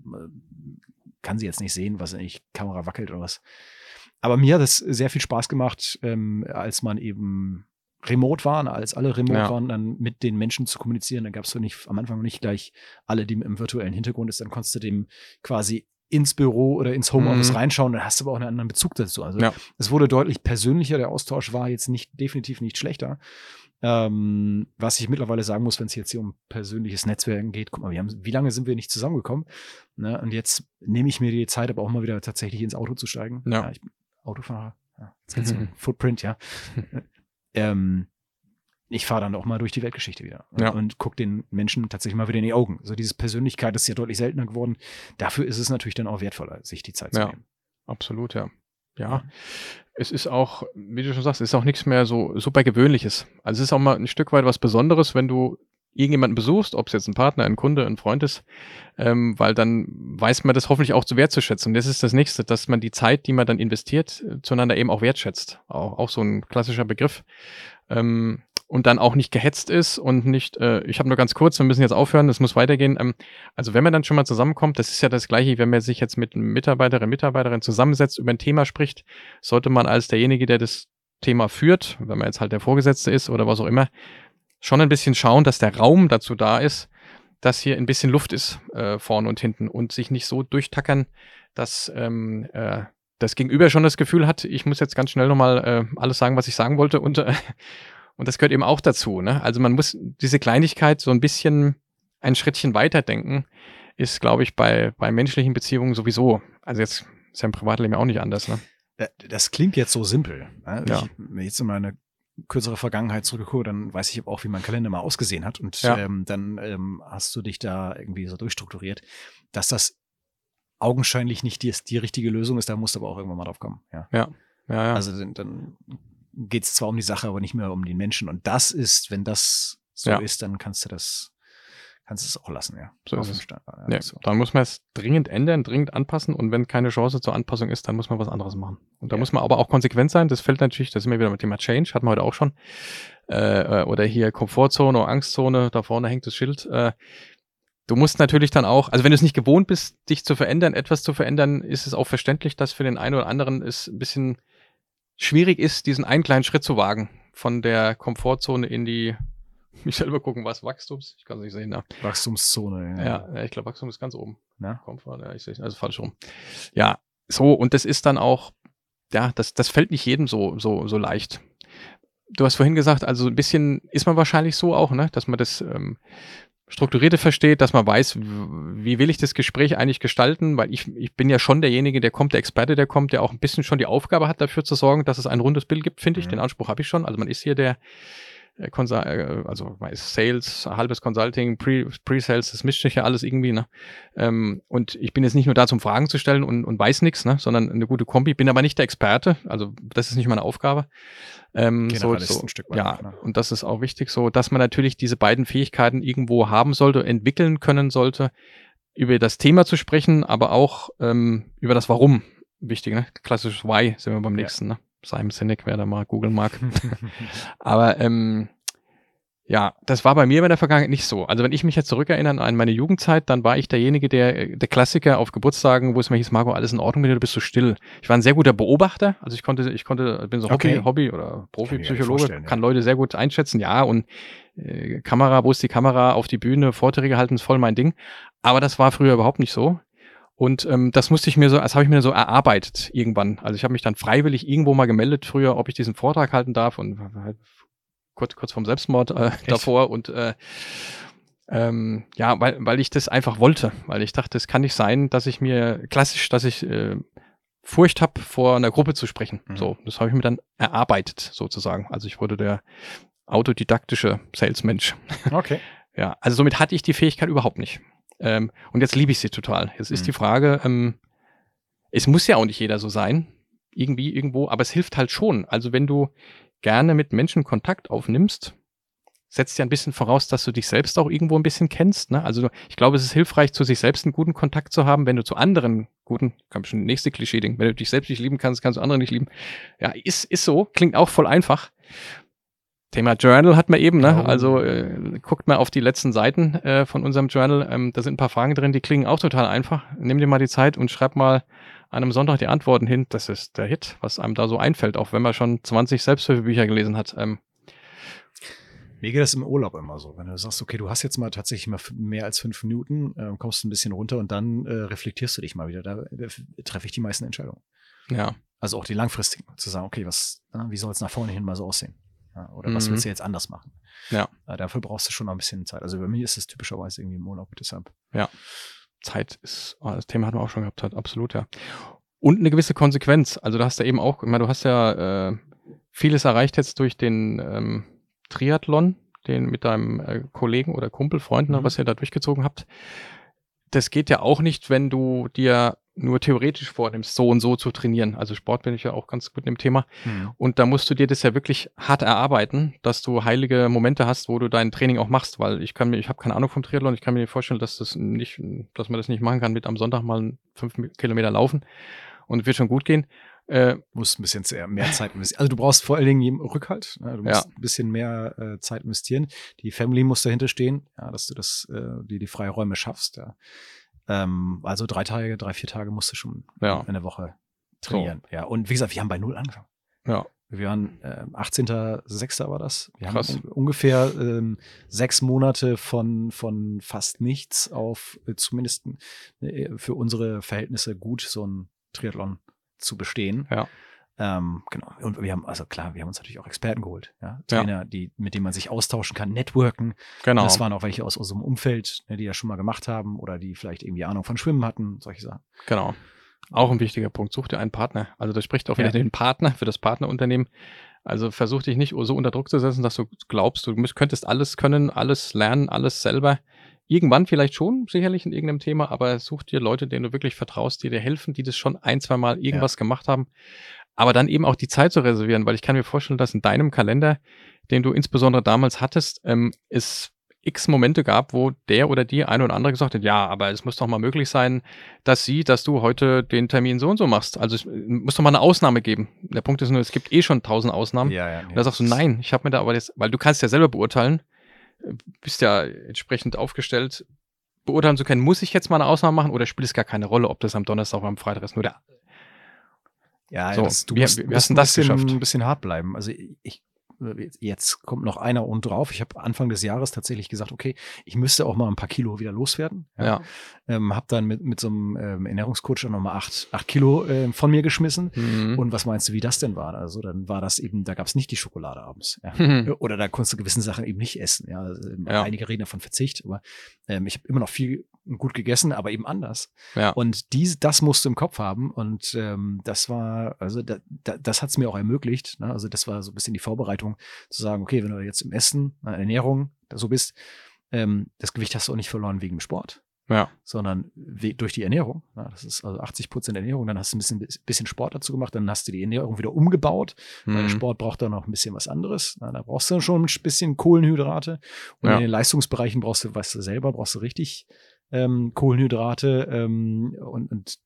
S2: kann sie jetzt nicht sehen, was eigentlich Kamera wackelt oder was. Aber mir hat es sehr viel Spaß gemacht, als man eben remote waren, als alle remote waren, dann mit den Menschen zu kommunizieren. Dann gab es am Anfang nicht gleich alle, die im virtuellen Hintergrund ist. Dann konntest du dem quasi ins Büro oder ins Homeoffice reinschauen. Dann hast du aber auch einen anderen Bezug dazu. Also es wurde deutlich persönlicher. Der Austausch war jetzt definitiv nicht schlechter. Was ich mittlerweile sagen muss, wenn es jetzt hier um persönliches Netzwerken geht, guck mal, wie lange sind wir nicht zusammengekommen? Ne? Und jetzt nehme ich mir die Zeit, aber auch mal wieder tatsächlich ins Auto zu steigen. Ja, ich bin Autofahrer. Ja, jetzt geht's um Footprint, ja. Ich fahre dann auch mal durch die Weltgeschichte wieder und gucke den Menschen tatsächlich mal wieder in die Augen. Also diese Persönlichkeit ist ja deutlich seltener geworden. Dafür ist es natürlich dann auch wertvoller, sich die Zeit zu nehmen.
S1: Absolut, ja. Ja, es ist auch, wie du schon sagst, es ist auch nichts mehr so super Gewöhnliches. Also es ist auch mal ein Stück weit was Besonderes, wenn du irgendjemanden besuchst, ob es jetzt ein Partner, ein Kunde, ein Freund ist, weil dann weiß man das hoffentlich auch zu wertzuschätzen. Und das ist das Nächste, dass man die Zeit, die man dann investiert, zueinander eben auch wertschätzt. Auch so ein klassischer Begriff. Und dann auch nicht gehetzt ist und nicht, ich habe nur ganz kurz, wir müssen jetzt aufhören, das muss weitergehen. Also wenn man dann schon mal zusammenkommt, das ist ja das Gleiche, wenn man sich jetzt mit einem Mitarbeiterin zusammensetzt, über ein Thema spricht, sollte man als derjenige, der das Thema führt, wenn man jetzt halt der Vorgesetzte ist oder was auch immer, schon ein bisschen schauen, dass der Raum dazu da ist, dass hier ein bisschen Luft ist, vorne und hinten und sich nicht so durchtackern, dass das Gegenüber schon das Gefühl hat, ich muss jetzt ganz schnell nochmal alles sagen, was ich sagen wollte und das gehört eben auch dazu. Ne? Also man muss diese Kleinigkeit so ein bisschen ein Schrittchen weiterdenken, ist, glaube ich, bei menschlichen Beziehungen sowieso. Also jetzt ist ja im Privatleben auch nicht anders. Ne?
S2: Das klingt jetzt so simpel. Ne?
S1: Ja.
S2: Wenn ich jetzt in meine kürzere Vergangenheit zurückgucke, dann weiß ich auch, wie mein Kalender mal ausgesehen hat. Und dann hast du dich da irgendwie so durchstrukturiert, dass das augenscheinlich nicht die richtige Lösung ist. Da musst du aber auch irgendwann mal drauf kommen. Ja. Also dann geht es zwar um die Sache, aber nicht mehr um den Menschen. Und das ist, wenn das so ist, dann kannst du es auch lassen, ja.
S1: So ist es. Dann muss man es dringend ändern, dringend anpassen und wenn keine Chance zur Anpassung ist, dann muss man was anderes machen. Und da muss man aber auch konsequent sein. Das fällt natürlich, das sind wir wieder mit dem Thema Change, hatten wir heute auch schon. Oder hier Komfortzone oder Angstzone, da vorne hängt das Schild. Du musst natürlich dann auch, also wenn du es nicht gewohnt bist, dich zu verändern, etwas zu verändern, ist es auch verständlich, dass für den einen oder anderen es ein bisschen schwierig ist, diesen einen kleinen Schritt zu wagen. Von der Komfortzone in die, ich selber gucken, was Wachstums? Ich kann es nicht sehen. Ne?
S2: Wachstumszone,
S1: ja. Ich glaube, Wachstum ist ganz oben.
S2: Na?
S1: Komfort, ja, ich sehe es, also falsch rum. Ja, so, und das ist dann auch, ja, das fällt nicht jedem so leicht. Du hast vorhin gesagt, also ein bisschen ist man wahrscheinlich so auch, ne, dass man das Strukturierte versteht, dass man weiß, wie will ich das Gespräch eigentlich gestalten, weil ich bin ja schon derjenige, der kommt, der Experte, der kommt, der auch ein bisschen schon die Aufgabe hat, dafür zu sorgen, dass es ein rundes Bild gibt, finde ich. Den Anspruch habe ich schon. Also man ist hier der also man ist Sales, halbes Consulting, Pre-Sales, das mischt sich ja alles irgendwie, ne? Und ich bin jetzt nicht nur da, zum Fragen zu stellen und weiß nichts, ne? Sondern eine gute Kombi. Bin aber nicht der Experte, also das ist nicht meine Aufgabe. Ein Stück weit. Ja, und das ist auch wichtig, so, dass man natürlich diese beiden Fähigkeiten irgendwo haben sollte, entwickeln können sollte, über das Thema zu sprechen, aber auch über das Warum. Wichtig, ne? Klassisches Why sind wir beim nächsten, ne? Simon Sinek, wer da mal googeln mag. Aber ja, das war bei mir in der Vergangenheit nicht so. Also wenn ich mich jetzt zurückerinnere an meine Jugendzeit, dann war ich derjenige, der Klassiker auf Geburtstagen, wo es mir hieß, Marco, alles in Ordnung mit dir, du bist so still. Ich war ein sehr guter Beobachter, also bin so Hobby- oder Profi-Psychologe, kann Leute sehr gut einschätzen, ja, und Kamera, wo ist die Kamera, auf die Bühne, Vorträge halten, ist voll mein Ding. Aber das war früher überhaupt nicht so. Und das habe ich mir so erarbeitet irgendwann. Also ich habe mich dann freiwillig irgendwo mal gemeldet früher, ob ich diesen Vortrag halten darf und kurz vorm Selbstmord davor und ja, weil ich das einfach wollte, weil ich dachte, es kann nicht sein, dass ich Furcht habe, vor einer Gruppe zu sprechen. So, das habe ich mir dann erarbeitet sozusagen. Also ich wurde der autodidaktische Salesmensch.
S2: Okay.
S1: Ja, also somit hatte ich die Fähigkeit überhaupt nicht. Und jetzt liebe ich sie total. Jetzt ist die Frage, es muss ja auch nicht jeder so sein, irgendwo, aber es hilft halt schon. Also wenn du gerne mit Menschen Kontakt aufnimmst, setzt ja ein bisschen voraus, dass du dich selbst auch irgendwo ein bisschen kennst. Ne? Also ich glaube, es ist hilfreich, zu sich selbst einen guten Kontakt zu haben, wenn du zu anderen kommt schon das nächste Klischee-Ding, wenn du dich selbst nicht lieben kannst, kannst du andere nicht lieben. Ja, ist so, klingt auch voll einfach. Thema Journal hat man eben, ne? Also guckt mal auf die letzten Seiten von unserem Journal, da sind ein paar Fragen drin, die klingen auch total einfach. Nimm dir mal die Zeit und schreib mal an einem Sonntag die Antworten hin. Das ist der Hit, was einem da so einfällt, auch wenn man schon 20 Selbsthilfebücher gelesen hat.
S2: Mir geht das im Urlaub immer so, wenn du sagst, okay, du hast jetzt mal tatsächlich mal mehr als 5 Minuten, kommst ein bisschen runter und dann reflektierst du dich mal wieder. Da treffe ich die meisten Entscheidungen.
S1: Ja.
S2: Also auch die langfristigen, zu sagen, okay, wie soll es nach vorne hin mal so aussehen? Ja, oder was willst du jetzt anders machen?
S1: Ja.
S2: Dafür brauchst du schon noch ein bisschen Zeit. Also bei mir ist es typischerweise irgendwie im Urlaub, deshalb.
S1: Ja. Zeit ist, das Thema hatten wir auch schon gehabt, absolut, ja. Und eine gewisse Konsequenz. Also du hast ja eben auch, ich meine, du hast ja vieles erreicht jetzt durch den Triathlon, den mit deinem Kollegen oder Kumpel, Freunden, was ihr da durchgezogen habt. Das geht ja auch nicht, wenn du dir nur theoretisch vornimmst, so und so zu trainieren. Also Sport bin ich ja auch ganz gut in dem Thema. Und da musst du dir das ja wirklich hart erarbeiten, dass du heilige Momente hast, wo du dein Training auch machst, weil ich habe keine Ahnung vom Triathlon, ich kann mir nicht vorstellen, dass man das nicht machen kann, mit am Sonntag mal 5 Kilometer laufen und wird schon gut gehen.
S2: Musst ein bisschen mehr Zeit investieren. Also du brauchst vor allen Dingen Rückhalt. Du musst ein bisschen mehr Zeit investieren. Die Family muss dahinter stehen, dass du die freie Räume schaffst. Ja. Also 3, 4 Tage musst du schon in der Woche trainieren. So. Ja. Und wie gesagt, wir haben bei 0 angefangen.
S1: Ja.
S2: Wir waren 18.06. war das. Wir haben ungefähr 6 Monate von fast nichts auf zumindest für unsere Verhältnisse gut so ein Triathlon zu bestehen.
S1: Ja.
S2: Genau. Und wir haben uns natürlich auch Experten geholt. Ja? Trainer, mit denen man sich austauschen kann, networken.
S1: Genau.
S2: Das waren auch welche aus unserem Umfeld, die das schon mal gemacht haben oder die vielleicht irgendwie Ahnung von Schwimmen hatten, solche Sachen.
S1: Genau. Auch ein wichtiger Punkt. Such dir einen Partner. Also das spricht auch wieder den Partner für das Partnerunternehmen. Also versuch dich nicht so unter Druck zu setzen, dass du glaubst, du könntest alles können, alles lernen, alles selber. Irgendwann vielleicht schon, sicherlich in irgendeinem Thema, aber such dir Leute, denen du wirklich vertraust, die dir helfen, die das schon 1, 2 Mal irgendwas gemacht haben. Aber dann eben auch die Zeit zu reservieren, weil ich kann mir vorstellen, dass in deinem Kalender, den du insbesondere damals hattest, es x Momente gab, wo der oder die eine oder andere gesagt hat, ja, aber es muss doch mal möglich sein, dass du heute den Termin so und so machst. Also es muss doch mal eine Ausnahme geben. Der Punkt ist nur, es gibt schon 1000 Ausnahmen. Und da sagst du, nein, ich habe mir da aber jetzt, weil du kannst ja selber beurteilen, bist ja entsprechend aufgestellt, beurteilen zu können, muss ich jetzt mal eine Ausnahme machen oder spielt es gar keine Rolle, ob das am Donnerstag oder am Freitag ist, nur der.
S2: Ja,
S1: so,
S2: du musst ein bisschen hart bleiben. Also jetzt kommt noch einer und drauf. Ich habe Anfang des Jahres tatsächlich gesagt, okay, ich müsste auch mal ein paar Kilo wieder loswerden.
S1: Ja.
S2: Habe dann mit so einem Ernährungscoach dann nochmal 8 Kilo von mir geschmissen. Und was meinst du, wie das denn war? Also dann war das eben, da gab es nicht die Schokolade abends. Ja. Oder da konntest du gewisse Sachen eben nicht essen. Ja. Einige reden davon Verzicht, aber ich habe immer noch viel gut gegessen, aber eben anders.
S1: Ja.
S2: Und das musst du im Kopf haben. Und das war, also das hat es mir auch ermöglicht. Ne? Also das war so ein bisschen die Vorbereitung, zu sagen, okay, wenn du jetzt im Essen, Ernährung so bist, das Gewicht hast du auch nicht verloren wegen dem Sport.
S1: Ja.
S2: Sondern durch die Ernährung. Ja, das ist also 80% Ernährung, dann hast du ein bisschen Sport dazu gemacht, dann hast du die Ernährung wieder umgebaut, weil der Sport braucht dann noch ein bisschen was anderes. Ja, da brauchst du schon ein bisschen Kohlenhydrate und in den Leistungsbereichen brauchst du, weißt du selber, brauchst du richtig Kohlenhydrate und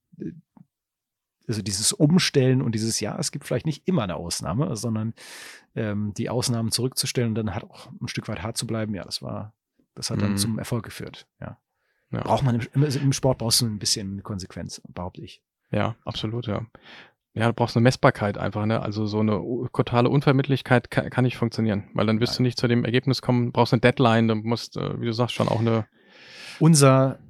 S2: also dieses Umstellen und es gibt vielleicht nicht immer eine Ausnahme, sondern die Ausnahmen zurückzustellen und dann halt auch ein Stück weit hart zu bleiben, das hat dann zum Erfolg geführt, ja. Braucht man im Sport brauchst du ein bisschen Konsequenz, behaupte ich.
S1: Ja, absolut, ja. Ja, du brauchst eine Messbarkeit einfach, ne? Also so eine totale Unvermittlichkeit kann nicht funktionieren, weil dann wirst du nicht zu dem Ergebnis kommen, brauchst eine Deadline, du musst, wie du sagst, schon auch eine.
S2: Unsere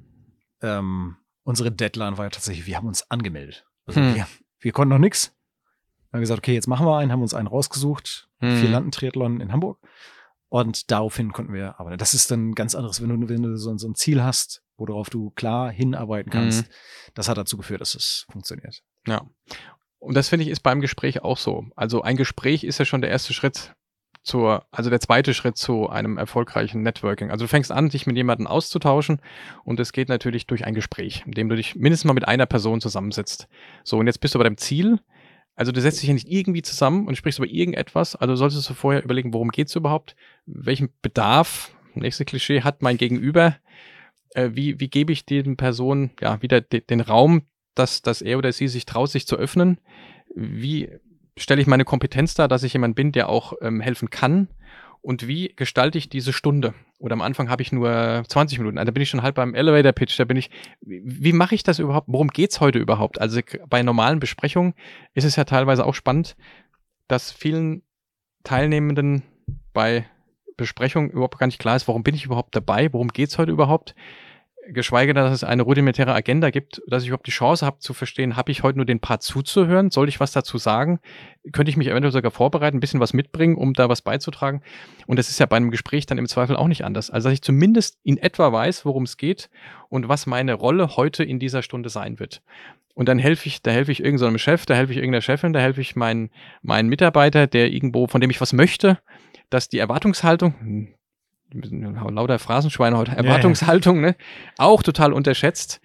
S2: Deadline war ja tatsächlich, wir haben uns angemeldet. Also wir konnten noch nichts. Wir haben gesagt, okay, jetzt machen wir einen, haben uns einen rausgesucht, 4 Landen-Triathlon in Hamburg. Und daraufhin konnten wir arbeiten. Das ist dann ganz anderes, wenn du so ein Ziel hast, worauf du klar hinarbeiten kannst. Das hat dazu geführt, dass es funktioniert.
S1: Ja. Und das, finde ich, ist beim Gespräch auch so. Also ein Gespräch ist ja schon der erste Schritt der zweite Schritt zu einem erfolgreichen Networking. Also du fängst an, dich mit jemandem auszutauschen und es geht natürlich durch ein Gespräch, in dem du dich mindestens mal mit einer Person zusammensetzt. So, und jetzt bist du bei deinem Ziel. Also du setzt dich ja nicht irgendwie zusammen und sprichst über irgendetwas. Also solltest du vorher überlegen, worum geht es überhaupt? Welchen Bedarf, nächste Klischee, hat mein Gegenüber? Wie gebe ich den Personen wieder den Raum, dass er oder sie sich traut, sich zu öffnen? Wie stelle ich meine Kompetenz dar, dass ich jemand bin, der auch helfen kann? Und wie gestalte ich diese Stunde? Oder am Anfang habe ich nur 20 Minuten. Also da bin ich schon halb beim Elevator-Pitch. Wie mache ich das überhaupt? Worum geht es heute überhaupt? Also bei normalen Besprechungen ist es ja teilweise auch spannend, dass vielen Teilnehmenden bei Besprechungen überhaupt gar nicht klar ist, warum bin ich überhaupt dabei? Worum geht es heute überhaupt? Geschweige denn, dass es eine rudimentäre Agenda gibt, dass ich überhaupt die Chance habe zu verstehen, habe ich heute nur den Part zuzuhören? Soll ich was dazu sagen? Könnte ich mich eventuell sogar vorbereiten, ein bisschen was mitbringen, um da was beizutragen? Und das ist ja bei einem Gespräch dann im Zweifel auch nicht anders. Also, dass ich zumindest in etwa weiß, worum es geht und was meine Rolle heute in dieser Stunde sein wird. Und dann helfe ich irgendeinem Chef, da helfe ich irgendeiner Chefin, da helfe ich meinen Mitarbeiter, von dem ich was möchte, dass die Erwartungshaltung, lauter Phrasenschweine heute, Erwartungshaltung, ne, auch total unterschätzt.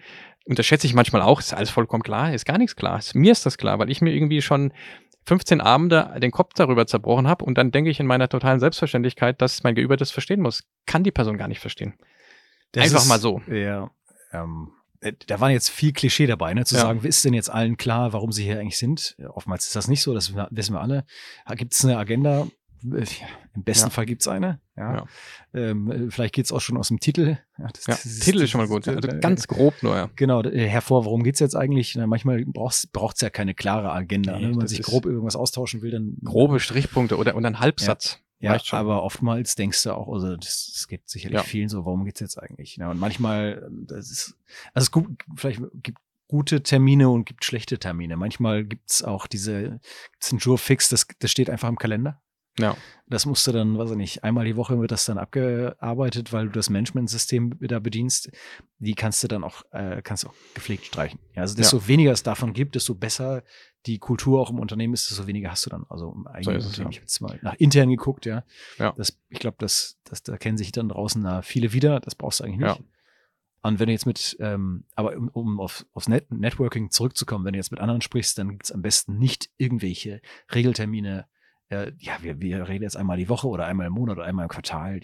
S1: unterschätze ich manchmal auch, ist alles vollkommen klar, ist gar nichts klar. Mir ist das klar, weil ich mir irgendwie schon 15 Abende den Kopf darüber zerbrochen habe und dann denke ich in meiner totalen Selbstverständlichkeit, dass mein Gegenüber das verstehen muss. Kann die Person gar nicht verstehen. Einfach mal so.
S2: Ja, da war jetzt viel Klischee dabei, ne? Zu sagen, ist denn jetzt allen klar, warum sie hier eigentlich sind? Oftmals ist das nicht so, das wissen wir alle. Gibt es eine Agenda? Im besten Fall gibt es eine. Ja. Vielleicht geht es auch schon aus dem Titel.
S1: Titel ist schon mal gut. Also ganz grob nur. Ja.
S2: Genau, hervor, worum geht es jetzt eigentlich? Na, manchmal braucht es ja keine klare Agenda. Nee, ne? Wenn man sich grob irgendwas austauschen will, dann.
S1: Grobe Strichpunkte oder einen Halbsatz.
S2: Ja, aber oftmals denkst du auch, also das geht sicherlich vielen so, warum geht es jetzt eigentlich? Ja, und manchmal, es gibt gute Termine und gibt schlechte Termine. Manchmal gibt's auch gibt's einen Jour-Fix, das steht einfach im Kalender.
S1: Ja.
S2: Das musst du dann, weiß ich nicht, einmal die Woche wird das dann abgearbeitet, weil du das Management-System da bedienst. Die kannst du dann auch gepflegt streichen. Ja, also desto weniger es davon gibt, desto besser die Kultur auch im Unternehmen ist, desto weniger hast du dann. Also im eigenen Unternehmen. Ich habe jetzt mal nach intern geguckt, ja. Ich glaube, da kennen sich dann draußen viele wieder. Das brauchst du eigentlich nicht. Ja. Und wenn du jetzt aber um aufs Networking zurückzukommen, wenn du jetzt mit anderen sprichst, dann gibt es am besten nicht irgendwelche Regeltermine. Wir reden jetzt einmal die Woche oder einmal im Monat oder einmal im Quartal.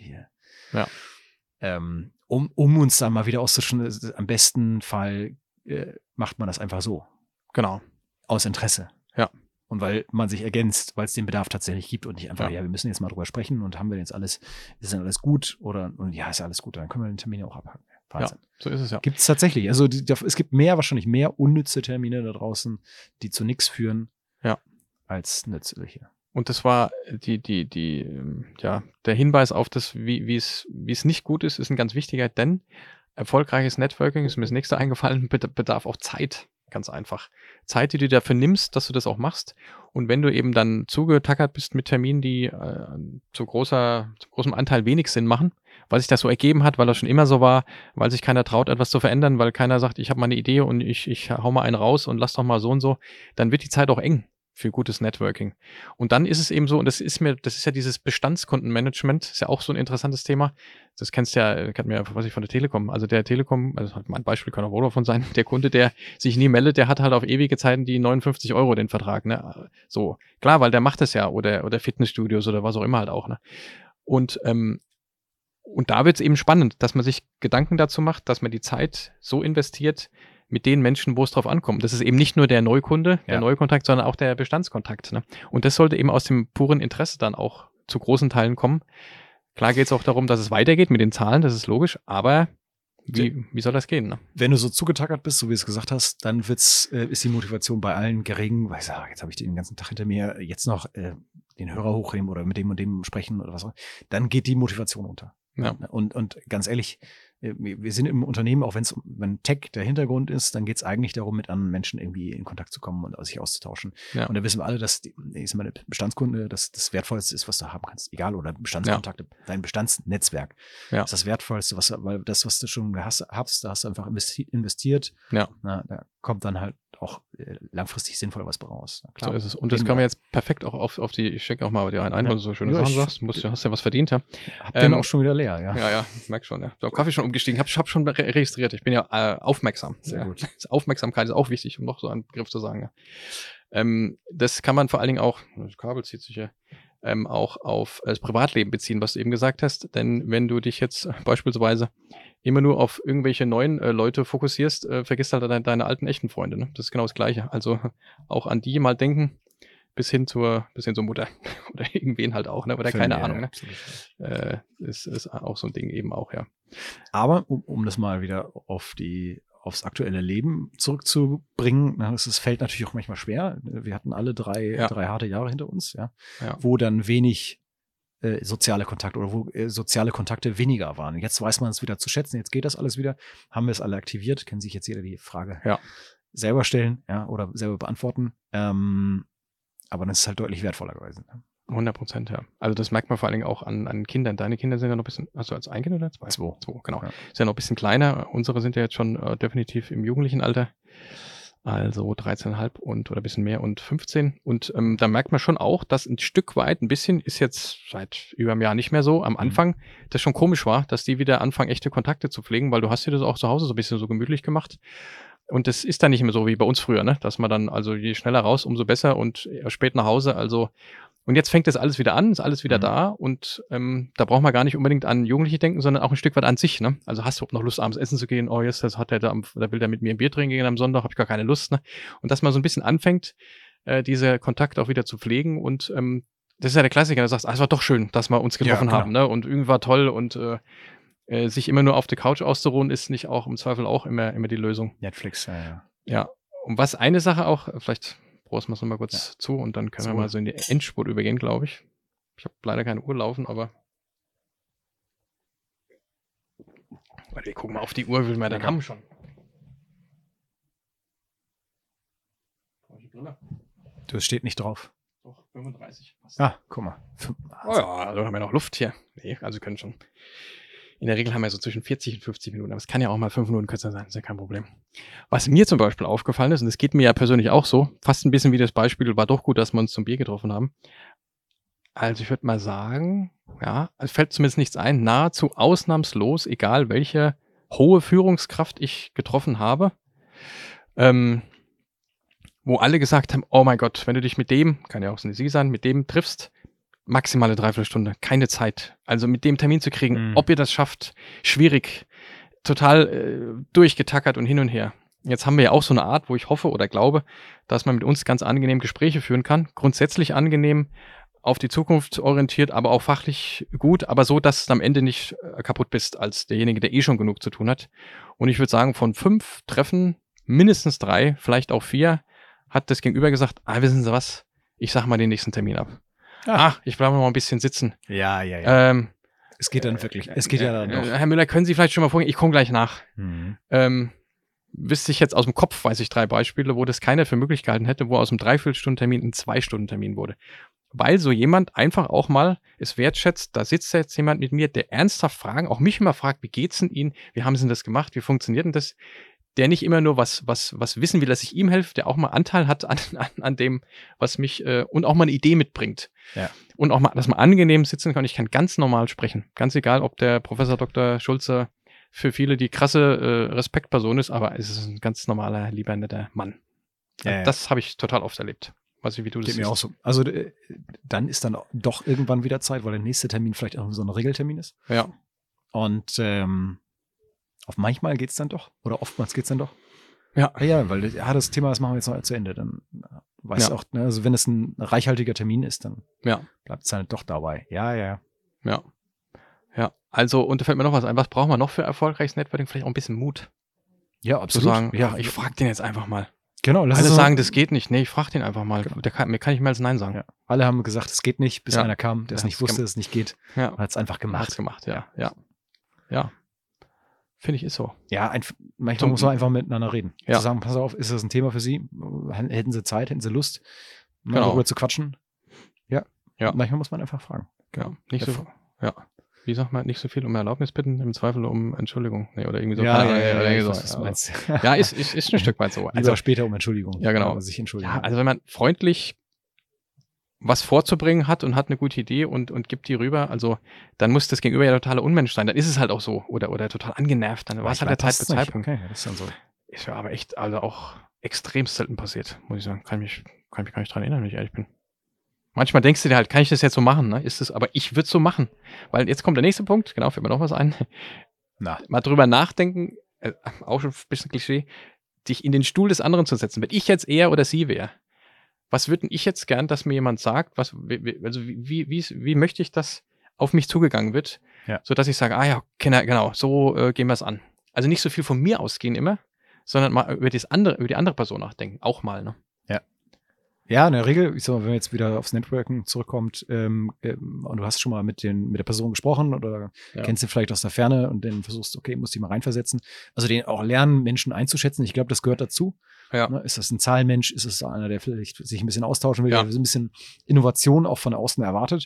S2: Um uns dann mal wieder auszuschauen, am besten Fall macht man das einfach so.
S1: Genau.
S2: Aus Interesse.
S1: Ja.
S2: Und weil man sich ergänzt, weil es den Bedarf tatsächlich gibt und nicht einfach, wir müssen jetzt mal drüber sprechen und haben wir jetzt alles, ist dann alles gut ist ja alles gut, dann können wir den Termin auch abhaken.
S1: Wahnsinn. Ja, so ist es ja.
S2: Gibt es tatsächlich. Also es gibt wahrscheinlich mehr unnütze Termine da draußen, die zu nichts führen, als nützliche.
S1: Und das war der Hinweis auf das, wie es nicht gut ist ein ganz wichtiger, denn erfolgreiches Networking, ist mir das nächste eingefallen, bedarf auch Zeit, ganz einfach. Zeit, die du dafür nimmst, dass du das auch machst. Und wenn du eben dann zugetackert bist mit Terminen, die zu großem Anteil wenig Sinn machen, weil sich das so ergeben hat, weil das schon immer so war, weil sich keiner traut, etwas zu verändern, weil keiner sagt, ich habe mal eine Idee und ich hau mal einen raus und lass doch mal so und so, dann wird die Zeit auch eng für gutes Networking. Und dann ist es eben so, und das ist ja dieses Bestandskundenmanagement, ist ja auch so ein interessantes Thema. Das kennst du ja, kennt mir ja, was ich von der Telekom. Also der Telekom, also mein Beispiel kann auch Vodafone sein, der Kunde, der sich nie meldet, der hat halt auf ewige Zeiten die 59 € den Vertrag, ne? So, klar, weil der macht es ja, oder Fitnessstudios oder was auch immer halt auch, ne? Und da wird es eben spannend, dass man sich Gedanken dazu macht, dass man die Zeit so investiert, mit den Menschen, wo es drauf ankommt. Das ist eben nicht nur der Neukunde, der Neukontakt, sondern auch der Bestandskontakt. Ne? Und das sollte eben aus dem puren Interesse dann auch zu großen Teilen kommen. Klar geht es auch darum, dass es weitergeht mit den Zahlen, das ist logisch, aber wie soll das gehen? Ne?
S2: Wenn du so zugetackert bist, so wie du es gesagt hast, dann ist die Motivation bei allen gering, weil jetzt habe ich den ganzen Tag hinter mir, jetzt noch den Hörer hochheben oder mit dem und dem sprechen oder was auch. Dann geht die Motivation unter. Ja. Und ganz ehrlich, wir sind im Unternehmen, auch wenn Tech der Hintergrund ist, dann geht es eigentlich darum, mit anderen Menschen irgendwie in Kontakt zu kommen und sich auszutauschen. Ja. Und da wissen wir alle, dass eine Bestandskunde das Wertvollste ist, was du haben kannst. Egal, oder Bestandskontakte, dein Bestandsnetzwerk. Ja. Das ist das Wertvollste, weil das, was du schon hast, da hast du einfach investiert. Ja. Da kommt dann halt auch langfristig sinnvoll was raus.
S1: Klar, so ist es. Und das kann man jetzt perfekt auch auf die, ich stecke auch mal bei dir ein, weil du so schöne Sachen sagst. Du hast ja was verdient, ja.
S2: Hab den auch schon wieder leer, ja.
S1: Ja, ich merke schon, ja. So, Kaffee schon umgestiegen, hab schon registriert. Ich bin ja aufmerksam. Sehr gut. Aufmerksamkeit ist auch wichtig, um noch so einen Begriff zu sagen. Ja. Das kann man vor allen Dingen auch, das Kabel zieht sich ja, auch auf das Privatleben beziehen, was du eben gesagt hast. Denn wenn du dich jetzt beispielsweise immer nur auf irgendwelche neuen Leute fokussierst, vergisst halt deine alten, echten Freunde. Ne? Das ist genau das Gleiche. Also auch an die mal denken, bis hin zur Mutter oder irgendwen halt auch, ne? Oder keine Ahnung. Ne? Ist auch so ein Ding eben auch, ja.
S2: Aber um das mal wieder aufs aktuelle Leben zurückzubringen, es fällt natürlich auch manchmal schwer. Wir hatten alle drei harte Jahre hinter uns, wo dann wenig soziale Kontakte oder wo soziale Kontakte weniger waren. Jetzt weiß man es wieder zu schätzen, jetzt geht das alles wieder. Haben wir es alle aktiviert? Kann sich jetzt jeder die Frage selber stellen oder selber beantworten. Aber das ist halt deutlich wertvoller gewesen.
S1: 100%, ja. Also das merkt man vor allen Dingen auch an Kindern. Deine Kinder sind ja noch ein bisschen, hast du als ein Kind oder zwei? Zwei, genau. Ja. Sind ja noch ein bisschen kleiner. Unsere sind ja jetzt schon definitiv im jugendlichen Alter. Also 13,5 oder ein bisschen mehr und 15. Und da merkt man schon auch, dass ein Stück weit, ein bisschen ist jetzt seit über einem Jahr nicht mehr so, am Anfang, das schon komisch war, dass die wieder anfangen, echte Kontakte zu pflegen, weil du hast dir das auch zu Hause so ein bisschen so gemütlich gemacht. Und das ist dann nicht mehr so wie bei uns früher, ne? Dass man dann, also je schneller raus, umso besser und spät nach Hause. Also, und jetzt fängt das alles wieder an, ist alles wieder da und da braucht man gar nicht unbedingt an Jugendliche denken, sondern auch ein Stück weit an sich, ne? Also hast du noch Lust, abends essen zu gehen? Oh, jetzt das hat da will der mit mir ein Bier trinken gehen am Sonntag, habe ich gar keine Lust, ne? Und dass man so ein bisschen anfängt, diese Kontakte auch wieder zu pflegen und das ist ja der Klassiker, du sagst, es war doch schön, dass wir uns getroffen haben, ne? Und irgendwie war toll und sich immer nur auf der Couch auszuruhen, ist nicht auch im Zweifel auch immer die Lösung.
S2: Netflix, ja.
S1: Ja, und was eine Sache auch, vielleicht brauchst du es nochmal kurz zu und dann können wir mal so in die Endspurt übergehen, glaube ich. Ich habe leider keine Uhr laufen, aber wir gucken mal auf die Uhr, wie wir dann haben schon.
S2: Du, es steht nicht drauf.
S1: Doch, 35.
S2: Guck mal.
S1: Oh ja, also haben wir noch Luft hier. Nee, also können schon. In der Regel haben wir so zwischen 40 und 50 Minuten, aber es kann ja auch mal 5 Minuten kürzer sein, ist ja kein Problem. Was mir zum Beispiel aufgefallen ist, und das geht mir ja persönlich auch so, fast ein bisschen wie das Beispiel, war doch gut, dass wir uns zum Bier getroffen haben. Also ich würde mal sagen, ja, es fällt zumindest nichts ein, nahezu ausnahmslos, egal welche hohe Führungskraft ich getroffen habe, wo alle gesagt haben, oh mein Gott, wenn du dich mit dem, kann ja auch so eine Sie sein, mit dem triffst, maximale Dreiviertelstunde, keine Zeit. Also mit dem Termin zu kriegen, ob ihr das schafft, schwierig, total durchgetackert und hin und her. Jetzt haben wir ja auch so eine Art, wo ich hoffe oder glaube, dass man mit uns ganz angenehm Gespräche führen kann. Grundsätzlich angenehm, auf die Zukunft orientiert, aber auch fachlich gut, aber so, dass du am Ende nicht kaputt bist als derjenige, der eh schon genug zu tun hat. Und ich würde sagen, von 5 Treffen, mindestens 3, vielleicht auch 4, hat das Gegenüber gesagt, wissen Sie was, ich sag mal den nächsten Termin ab. Ich bleibe noch mal ein bisschen sitzen.
S2: Ja. Es geht dann wirklich, es geht ja dann noch.
S1: Herr Müller, können Sie vielleicht schon mal vorgehen? Ich komme gleich nach. Wüsste ich jetzt aus dem Kopf, weiß ich 3 Beispiele, wo das keiner für möglich gehalten hätte, wo aus einem Dreiviertelstundentermin ein 2-Stunden-Termin wurde. Weil so jemand einfach auch mal es wertschätzt, da sitzt jetzt jemand mit mir, der ernsthaft Fragen, auch mich immer fragt, wie geht's denn Ihnen? Wie haben Sie denn das gemacht? Wie funktioniert denn das? Der nicht immer nur was wissen will, dass ich ihm helfe, der auch mal Anteil hat an dem, was mich, und auch mal eine Idee mitbringt.
S2: Ja.
S1: Und auch mal, dass man angenehm sitzen kann. Ich kann ganz normal sprechen. Ganz egal, ob der Professor Dr. Schulze für viele die krasse Respektperson ist, aber es ist ein ganz normaler, lieber, netter Mann.
S2: Ja.
S1: Das habe ich total oft erlebt. Weiß nicht, wie du das
S2: siehst. Geht mir auch so. Also dann ist dann doch irgendwann wieder Zeit, weil der nächste Termin vielleicht auch so ein Regeltermin ist.
S1: Ja.
S2: Und auf manchmal geht's dann doch. Oder oftmals geht's dann doch.
S1: Ja.
S2: Ja, weil das Thema, das machen wir jetzt noch zu Ende. Dann weißt du auch, ne, also wenn es ein reichhaltiger Termin ist, dann bleibt es dann doch dabei. Ja.
S1: Also, und da fällt mir noch was ein. Was brauchen wir noch für erfolgreiches Networking? Vielleicht auch ein bisschen Mut.
S2: Ja, absolut.
S1: Zu sagen, ich frage den jetzt einfach mal.
S2: Genau.
S1: Alle sagen, das geht nicht. Nee, ich frage den einfach mal. Genau. Mir kann ich mehr als Nein sagen.
S2: Ja. Alle haben gesagt, es geht nicht, bis einer kam, der es nicht wusste, dass es nicht geht.
S1: Ja.
S2: Hat es einfach gemacht.
S1: Hat's gemacht, ja. Finde ich, ist so.
S2: Ja, manchmal muss man einfach miteinander reden.
S1: Ja.
S2: Zu sagen, pass auf, ist das ein Thema für Sie? Hätten Sie Zeit, hätten Sie Lust, darüber zu quatschen? Ja. Manchmal muss man einfach fragen.
S1: Genau. Wie sagt man, nicht so viel um Erlaubnis bitten, im Zweifel um Entschuldigung. Nee, oder irgendwie so.
S2: Was meinst du?
S1: Ja, ist ein Stück weit so.
S2: Also später um Entschuldigung.
S1: Ja, genau.
S2: Sich entschuldigen.
S1: Ja, also wenn man freundlich was vorzubringen hat und hat eine gute Idee und gibt die rüber, also dann muss das Gegenüber ja totaler Unmensch sein. Dann ist es halt auch so. Oder total angenervt. Dann war es halt der Zeitpunkt.
S2: Okay, das ist dann so.
S1: Ist ja aber echt, also auch extrem selten passiert, muss ich sagen. Kann mich gar nicht dran erinnern, wenn ich ehrlich bin. Manchmal denkst du dir halt, kann ich das jetzt so machen? Ne? Aber ich würde es so machen. Weil jetzt kommt der nächste Punkt, genau, fällt mir noch was ein. Mal drüber nachdenken, auch schon ein bisschen Klischee, dich in den Stuhl des anderen zu setzen. Wenn ich jetzt er oder sie wäre, was würde ich jetzt gern, dass mir jemand sagt, wie möchte ich, dass auf mich zugegangen wird, sodass ich sage, genau, so gehen wir es an. Also nicht so viel von mir ausgehen immer, sondern mal über die andere Person nachdenken, auch mal, ne?
S2: Ja, in der Regel, ich sag mal, wenn man jetzt wieder aufs Networken zurückkommt und du hast schon mal mit der Person gesprochen oder kennst du vielleicht aus der Ferne und dann versuchst, okay, musst dich mal reinversetzen. Also den auch lernen, Menschen einzuschätzen. Ich glaube, das gehört dazu. Ja. Ne, ist das ein Zahlenmensch? Ist es einer, der vielleicht sich ein bisschen austauschen will, der ein bisschen Innovation auch von außen erwartet?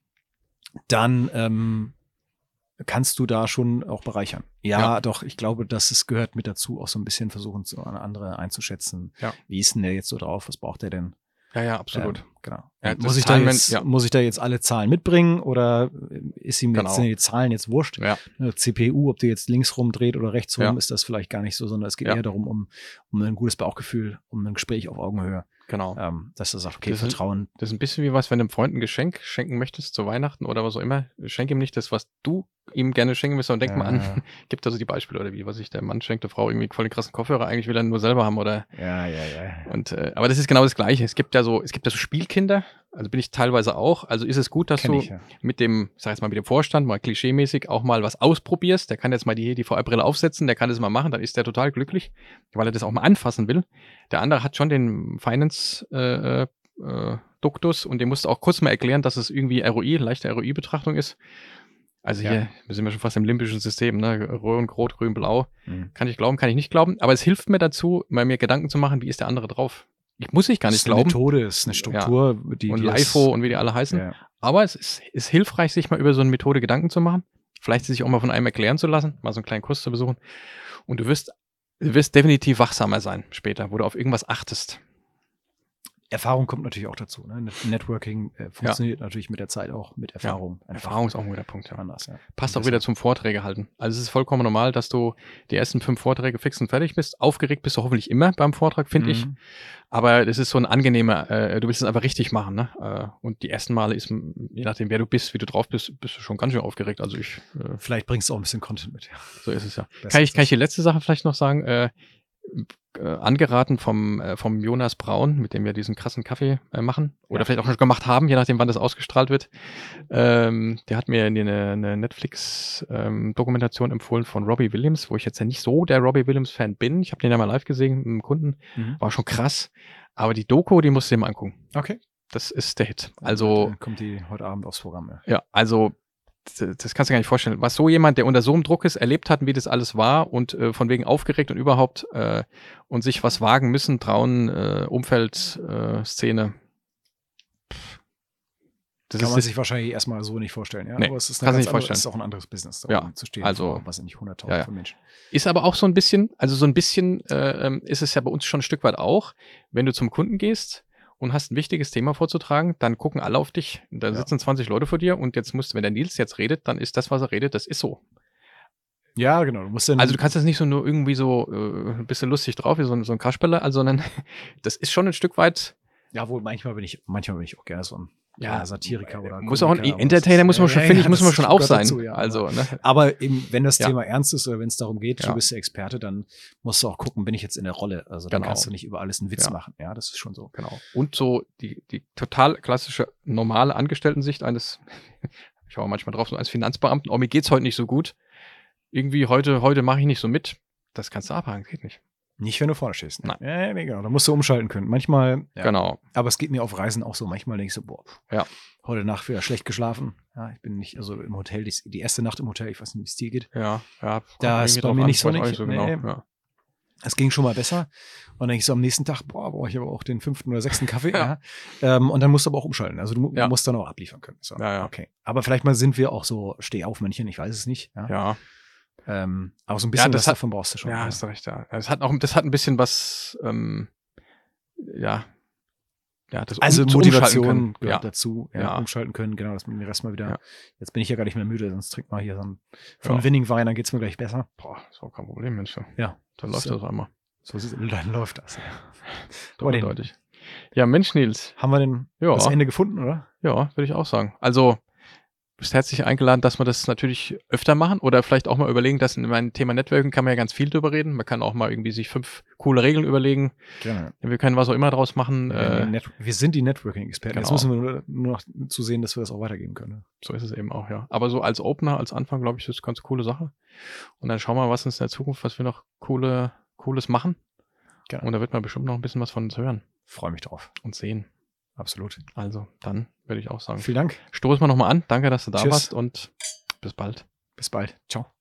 S2: Dann kannst du da schon auch bereichern. Ja, doch, ich glaube, es gehört mit dazu, auch so ein bisschen versuchen, so eine andere einzuschätzen. Ja. Wie ist denn der jetzt so drauf? Was braucht der denn?
S1: Ja, absolut.
S2: Genau.
S1: Ja,
S2: muss ich da jetzt alle Zahlen mitbringen oder ist ihm jetzt, sind die Zahlen jetzt wurscht?
S1: Ja.
S2: CPU, ob die jetzt links rumdreht oder rechts rum, ist das vielleicht gar nicht so, sondern es geht eher darum, um ein gutes Bauchgefühl, um ein Gespräch auf Augenhöhe.
S1: Genau.
S2: Dass er sagt, okay, Vertrauen.
S1: Das ist ein bisschen wie was, wenn du einem Freund ein Geschenk schenken möchtest zu Weihnachten oder was auch immer. Schenk ihm nicht das, was du ihm gerne schenken willst, sondern denk mal an, gibt da so die Beispiele oder wie, was sich der Mann schenkt, der Frau irgendwie voll den krassen Kopfhörer, eigentlich will er nur selber haben oder.
S2: Ja.
S1: Und, aber das ist genau das Gleiche. Es gibt ja so Spielkinder, also bin ich teilweise auch. Also ist es gut, dass du mit dem, sag jetzt mal, mit dem Vorstand mal klischeemäßig auch mal was ausprobierst. Der kann jetzt mal die VR-Brille aufsetzen, der kann das mal machen, dann ist der total glücklich, weil er das auch mal anfassen will. Der andere hat schon den Finance-Duktus und dem musst du auch kurz mal erklären, dass es irgendwie leichte ROI-Betrachtung ist. Also hier sind wir schon fast im limbischen System, ne? Rot, grün, blau. Kann ich glauben, kann ich nicht glauben. Aber es hilft mir dazu, mal mir Gedanken zu machen, wie ist der andere drauf. Ich muss ich gar nicht glauben.
S2: Es ist eine Methode, es ist eine Struktur.
S1: Die und LIFO und wie die alle heißen. Ja. Aber es ist hilfreich, sich mal über so eine Methode Gedanken zu machen. Vielleicht sich auch mal von einem erklären zu lassen, mal so einen kleinen Kurs zu besuchen. Und du wirst definitiv wachsamer sein später, wo du auf irgendwas achtest.
S2: Erfahrung kommt natürlich auch dazu. Ne? Networking funktioniert natürlich mit der Zeit auch mit Erfahrung.
S1: Ja, Erfahrung ist auch ein guter Punkt. Ja.
S2: Anders, ja.
S1: Passt auch wieder zum Vorträge halten. Also es ist vollkommen normal, dass du die ersten 5 Vorträge fix und fertig bist. Aufgeregt bist du hoffentlich immer beim Vortrag, finde ich. Aber das ist so ein angenehmer, du willst es einfach richtig machen. Ne? Und die ersten Male ist, je nachdem wer du bist, wie du drauf bist, bist du schon ganz schön aufgeregt. Also
S2: vielleicht bringst du auch ein bisschen Content mit. Ja.
S1: So ist es ja. Kann ich die letzte Sache vielleicht noch sagen? Angeraten vom Jonas Braun, mit dem wir diesen krassen Kaffee machen oder vielleicht auch schon gemacht haben, je nachdem, wann das ausgestrahlt wird. Der hat mir eine Netflix-Dokumentation empfohlen von Robbie Williams, wo ich jetzt ja nicht so der Robbie Williams-Fan bin. Ich habe den ja mal live gesehen mit einem Kunden. War schon krass. Aber die Doku, die musst du dir mal angucken.
S2: Okay.
S1: Das ist der Hit. Also
S2: dann kommt die heute Abend aufs Programm.
S1: Ja, also das kannst du gar nicht vorstellen. Was so jemand, der unter so einem Druck ist, erlebt hat, wie das alles war und von wegen aufgeregt und überhaupt und sich was wagen müssen, trauen, Umfeld, Szene.
S2: Das kann man sich wahrscheinlich erstmal so nicht vorstellen. Ja?
S1: Nee,
S2: aber es ist
S1: kann sich vorstellen.
S2: Es ist auch ein anderes Business,
S1: da
S2: zu stehen.
S1: Also,
S2: was sind nicht 100.000 von Menschen.
S1: Ist aber auch so ein bisschen ist es ja bei uns schon ein Stück weit auch, wenn du zum Kunden gehst und hast ein wichtiges Thema vorzutragen, dann gucken alle auf dich, da sitzen 20 Leute vor dir und jetzt wenn der Nils jetzt redet, dann ist das, was er redet, das ist so.
S2: Ja, genau.
S1: Also du kannst das nicht so nur irgendwie so ein bisschen lustig drauf, wie so ein Kasperle, sondern das ist schon ein Stück weit.
S2: Ja, wohl manchmal bin ich auch gerne so ein Satiriker oder
S1: muss auch ein Entertainer, muss man schon, finde ich, muss man schon auch sein.
S2: Dazu,
S1: also, ne?
S2: Aber eben, wenn das Thema ernst ist oder wenn es darum geht, du bist der Experte, dann musst du auch gucken, bin ich jetzt in der Rolle. Also dann kannst du nicht über alles einen Witz machen. Ja, das ist schon so.
S1: Genau. Und so die total klassische, normale Angestellten-Sicht eines, ich schaue manchmal drauf, so als Finanzbeamten, mir geht's heute nicht so gut. Irgendwie heute mache ich nicht so mit. Das kannst du abhaken, geht nicht.
S2: Nicht, wenn du vorne stehst.
S1: Ne?
S2: Nein. Nee, genau. Da musst du umschalten können. Manchmal,
S1: genau.
S2: Aber es geht mir auf Reisen auch so. Manchmal denke ich so, heute Nacht wieder schlecht geschlafen. Ja, ich bin nicht, also im Hotel, die erste Nacht im Hotel, ich weiß nicht, wie es dir geht.
S1: Ja.
S2: Da ist bei mir nicht so
S1: genau. Ja.
S2: Es ging schon mal besser. Und dann denke ich so am nächsten Tag, brauche ich aber auch den 5. oder 6. Kaffee. Und dann musst du aber auch umschalten. Also du musst dann auch abliefern können. So.
S1: Ja.
S2: Okay. Aber vielleicht mal sind wir auch so Stehaufmännchen, ich weiß es nicht.
S1: Ja.
S2: Aber so ein bisschen was davon brauchst du schon.
S1: Ja, hast du recht, ja. Das hat ein bisschen was, das
S2: also Motivation gehört dazu.
S1: Ja.
S2: Umschalten können, genau, dass man den Rest mal wieder, jetzt bin ich ja gar nicht mehr müde, sonst trinkt mal hier so einen von Winning Wein, dann geht's mir gleich besser.
S1: Boah, ist auch kein Problem, Mensch.
S2: Ja.
S1: Dann läuft das einmal.
S2: Dann läuft das.
S1: Deutlich. Ja, Mensch, Nils.
S2: Haben wir denn das Ende gefunden, oder?
S1: Ja, würde ich auch sagen. Also, bist herzlich eingeladen, dass wir das natürlich öfter machen oder vielleicht auch mal überlegen, dass in meinem Thema Networking kann man ja ganz viel drüber reden. Man kann auch mal irgendwie sich 5 coole Regeln überlegen.
S2: Genau.
S1: Wir können was auch immer draus machen.
S2: Wir sind die Networking-Experten.
S1: Genau.
S2: Jetzt müssen wir nur noch zu sehen, dass wir das auch weitergeben können.
S1: So ist es eben auch, ja. Aber so als Opener, als Anfang, glaube ich, ist das eine ganz coole Sache. Und dann schauen wir mal, was uns in der Zukunft, was wir noch Cooles machen. Genau. Und da wird man bestimmt noch ein bisschen was von uns hören.
S2: Freue mich drauf.
S1: Und sehen.
S2: Absolut.
S1: Also, dann würde ich auch sagen.
S2: Vielen Dank.
S1: Stoßen wir nochmal an. Danke, dass du da warst und bis bald.
S2: Bis bald. Ciao.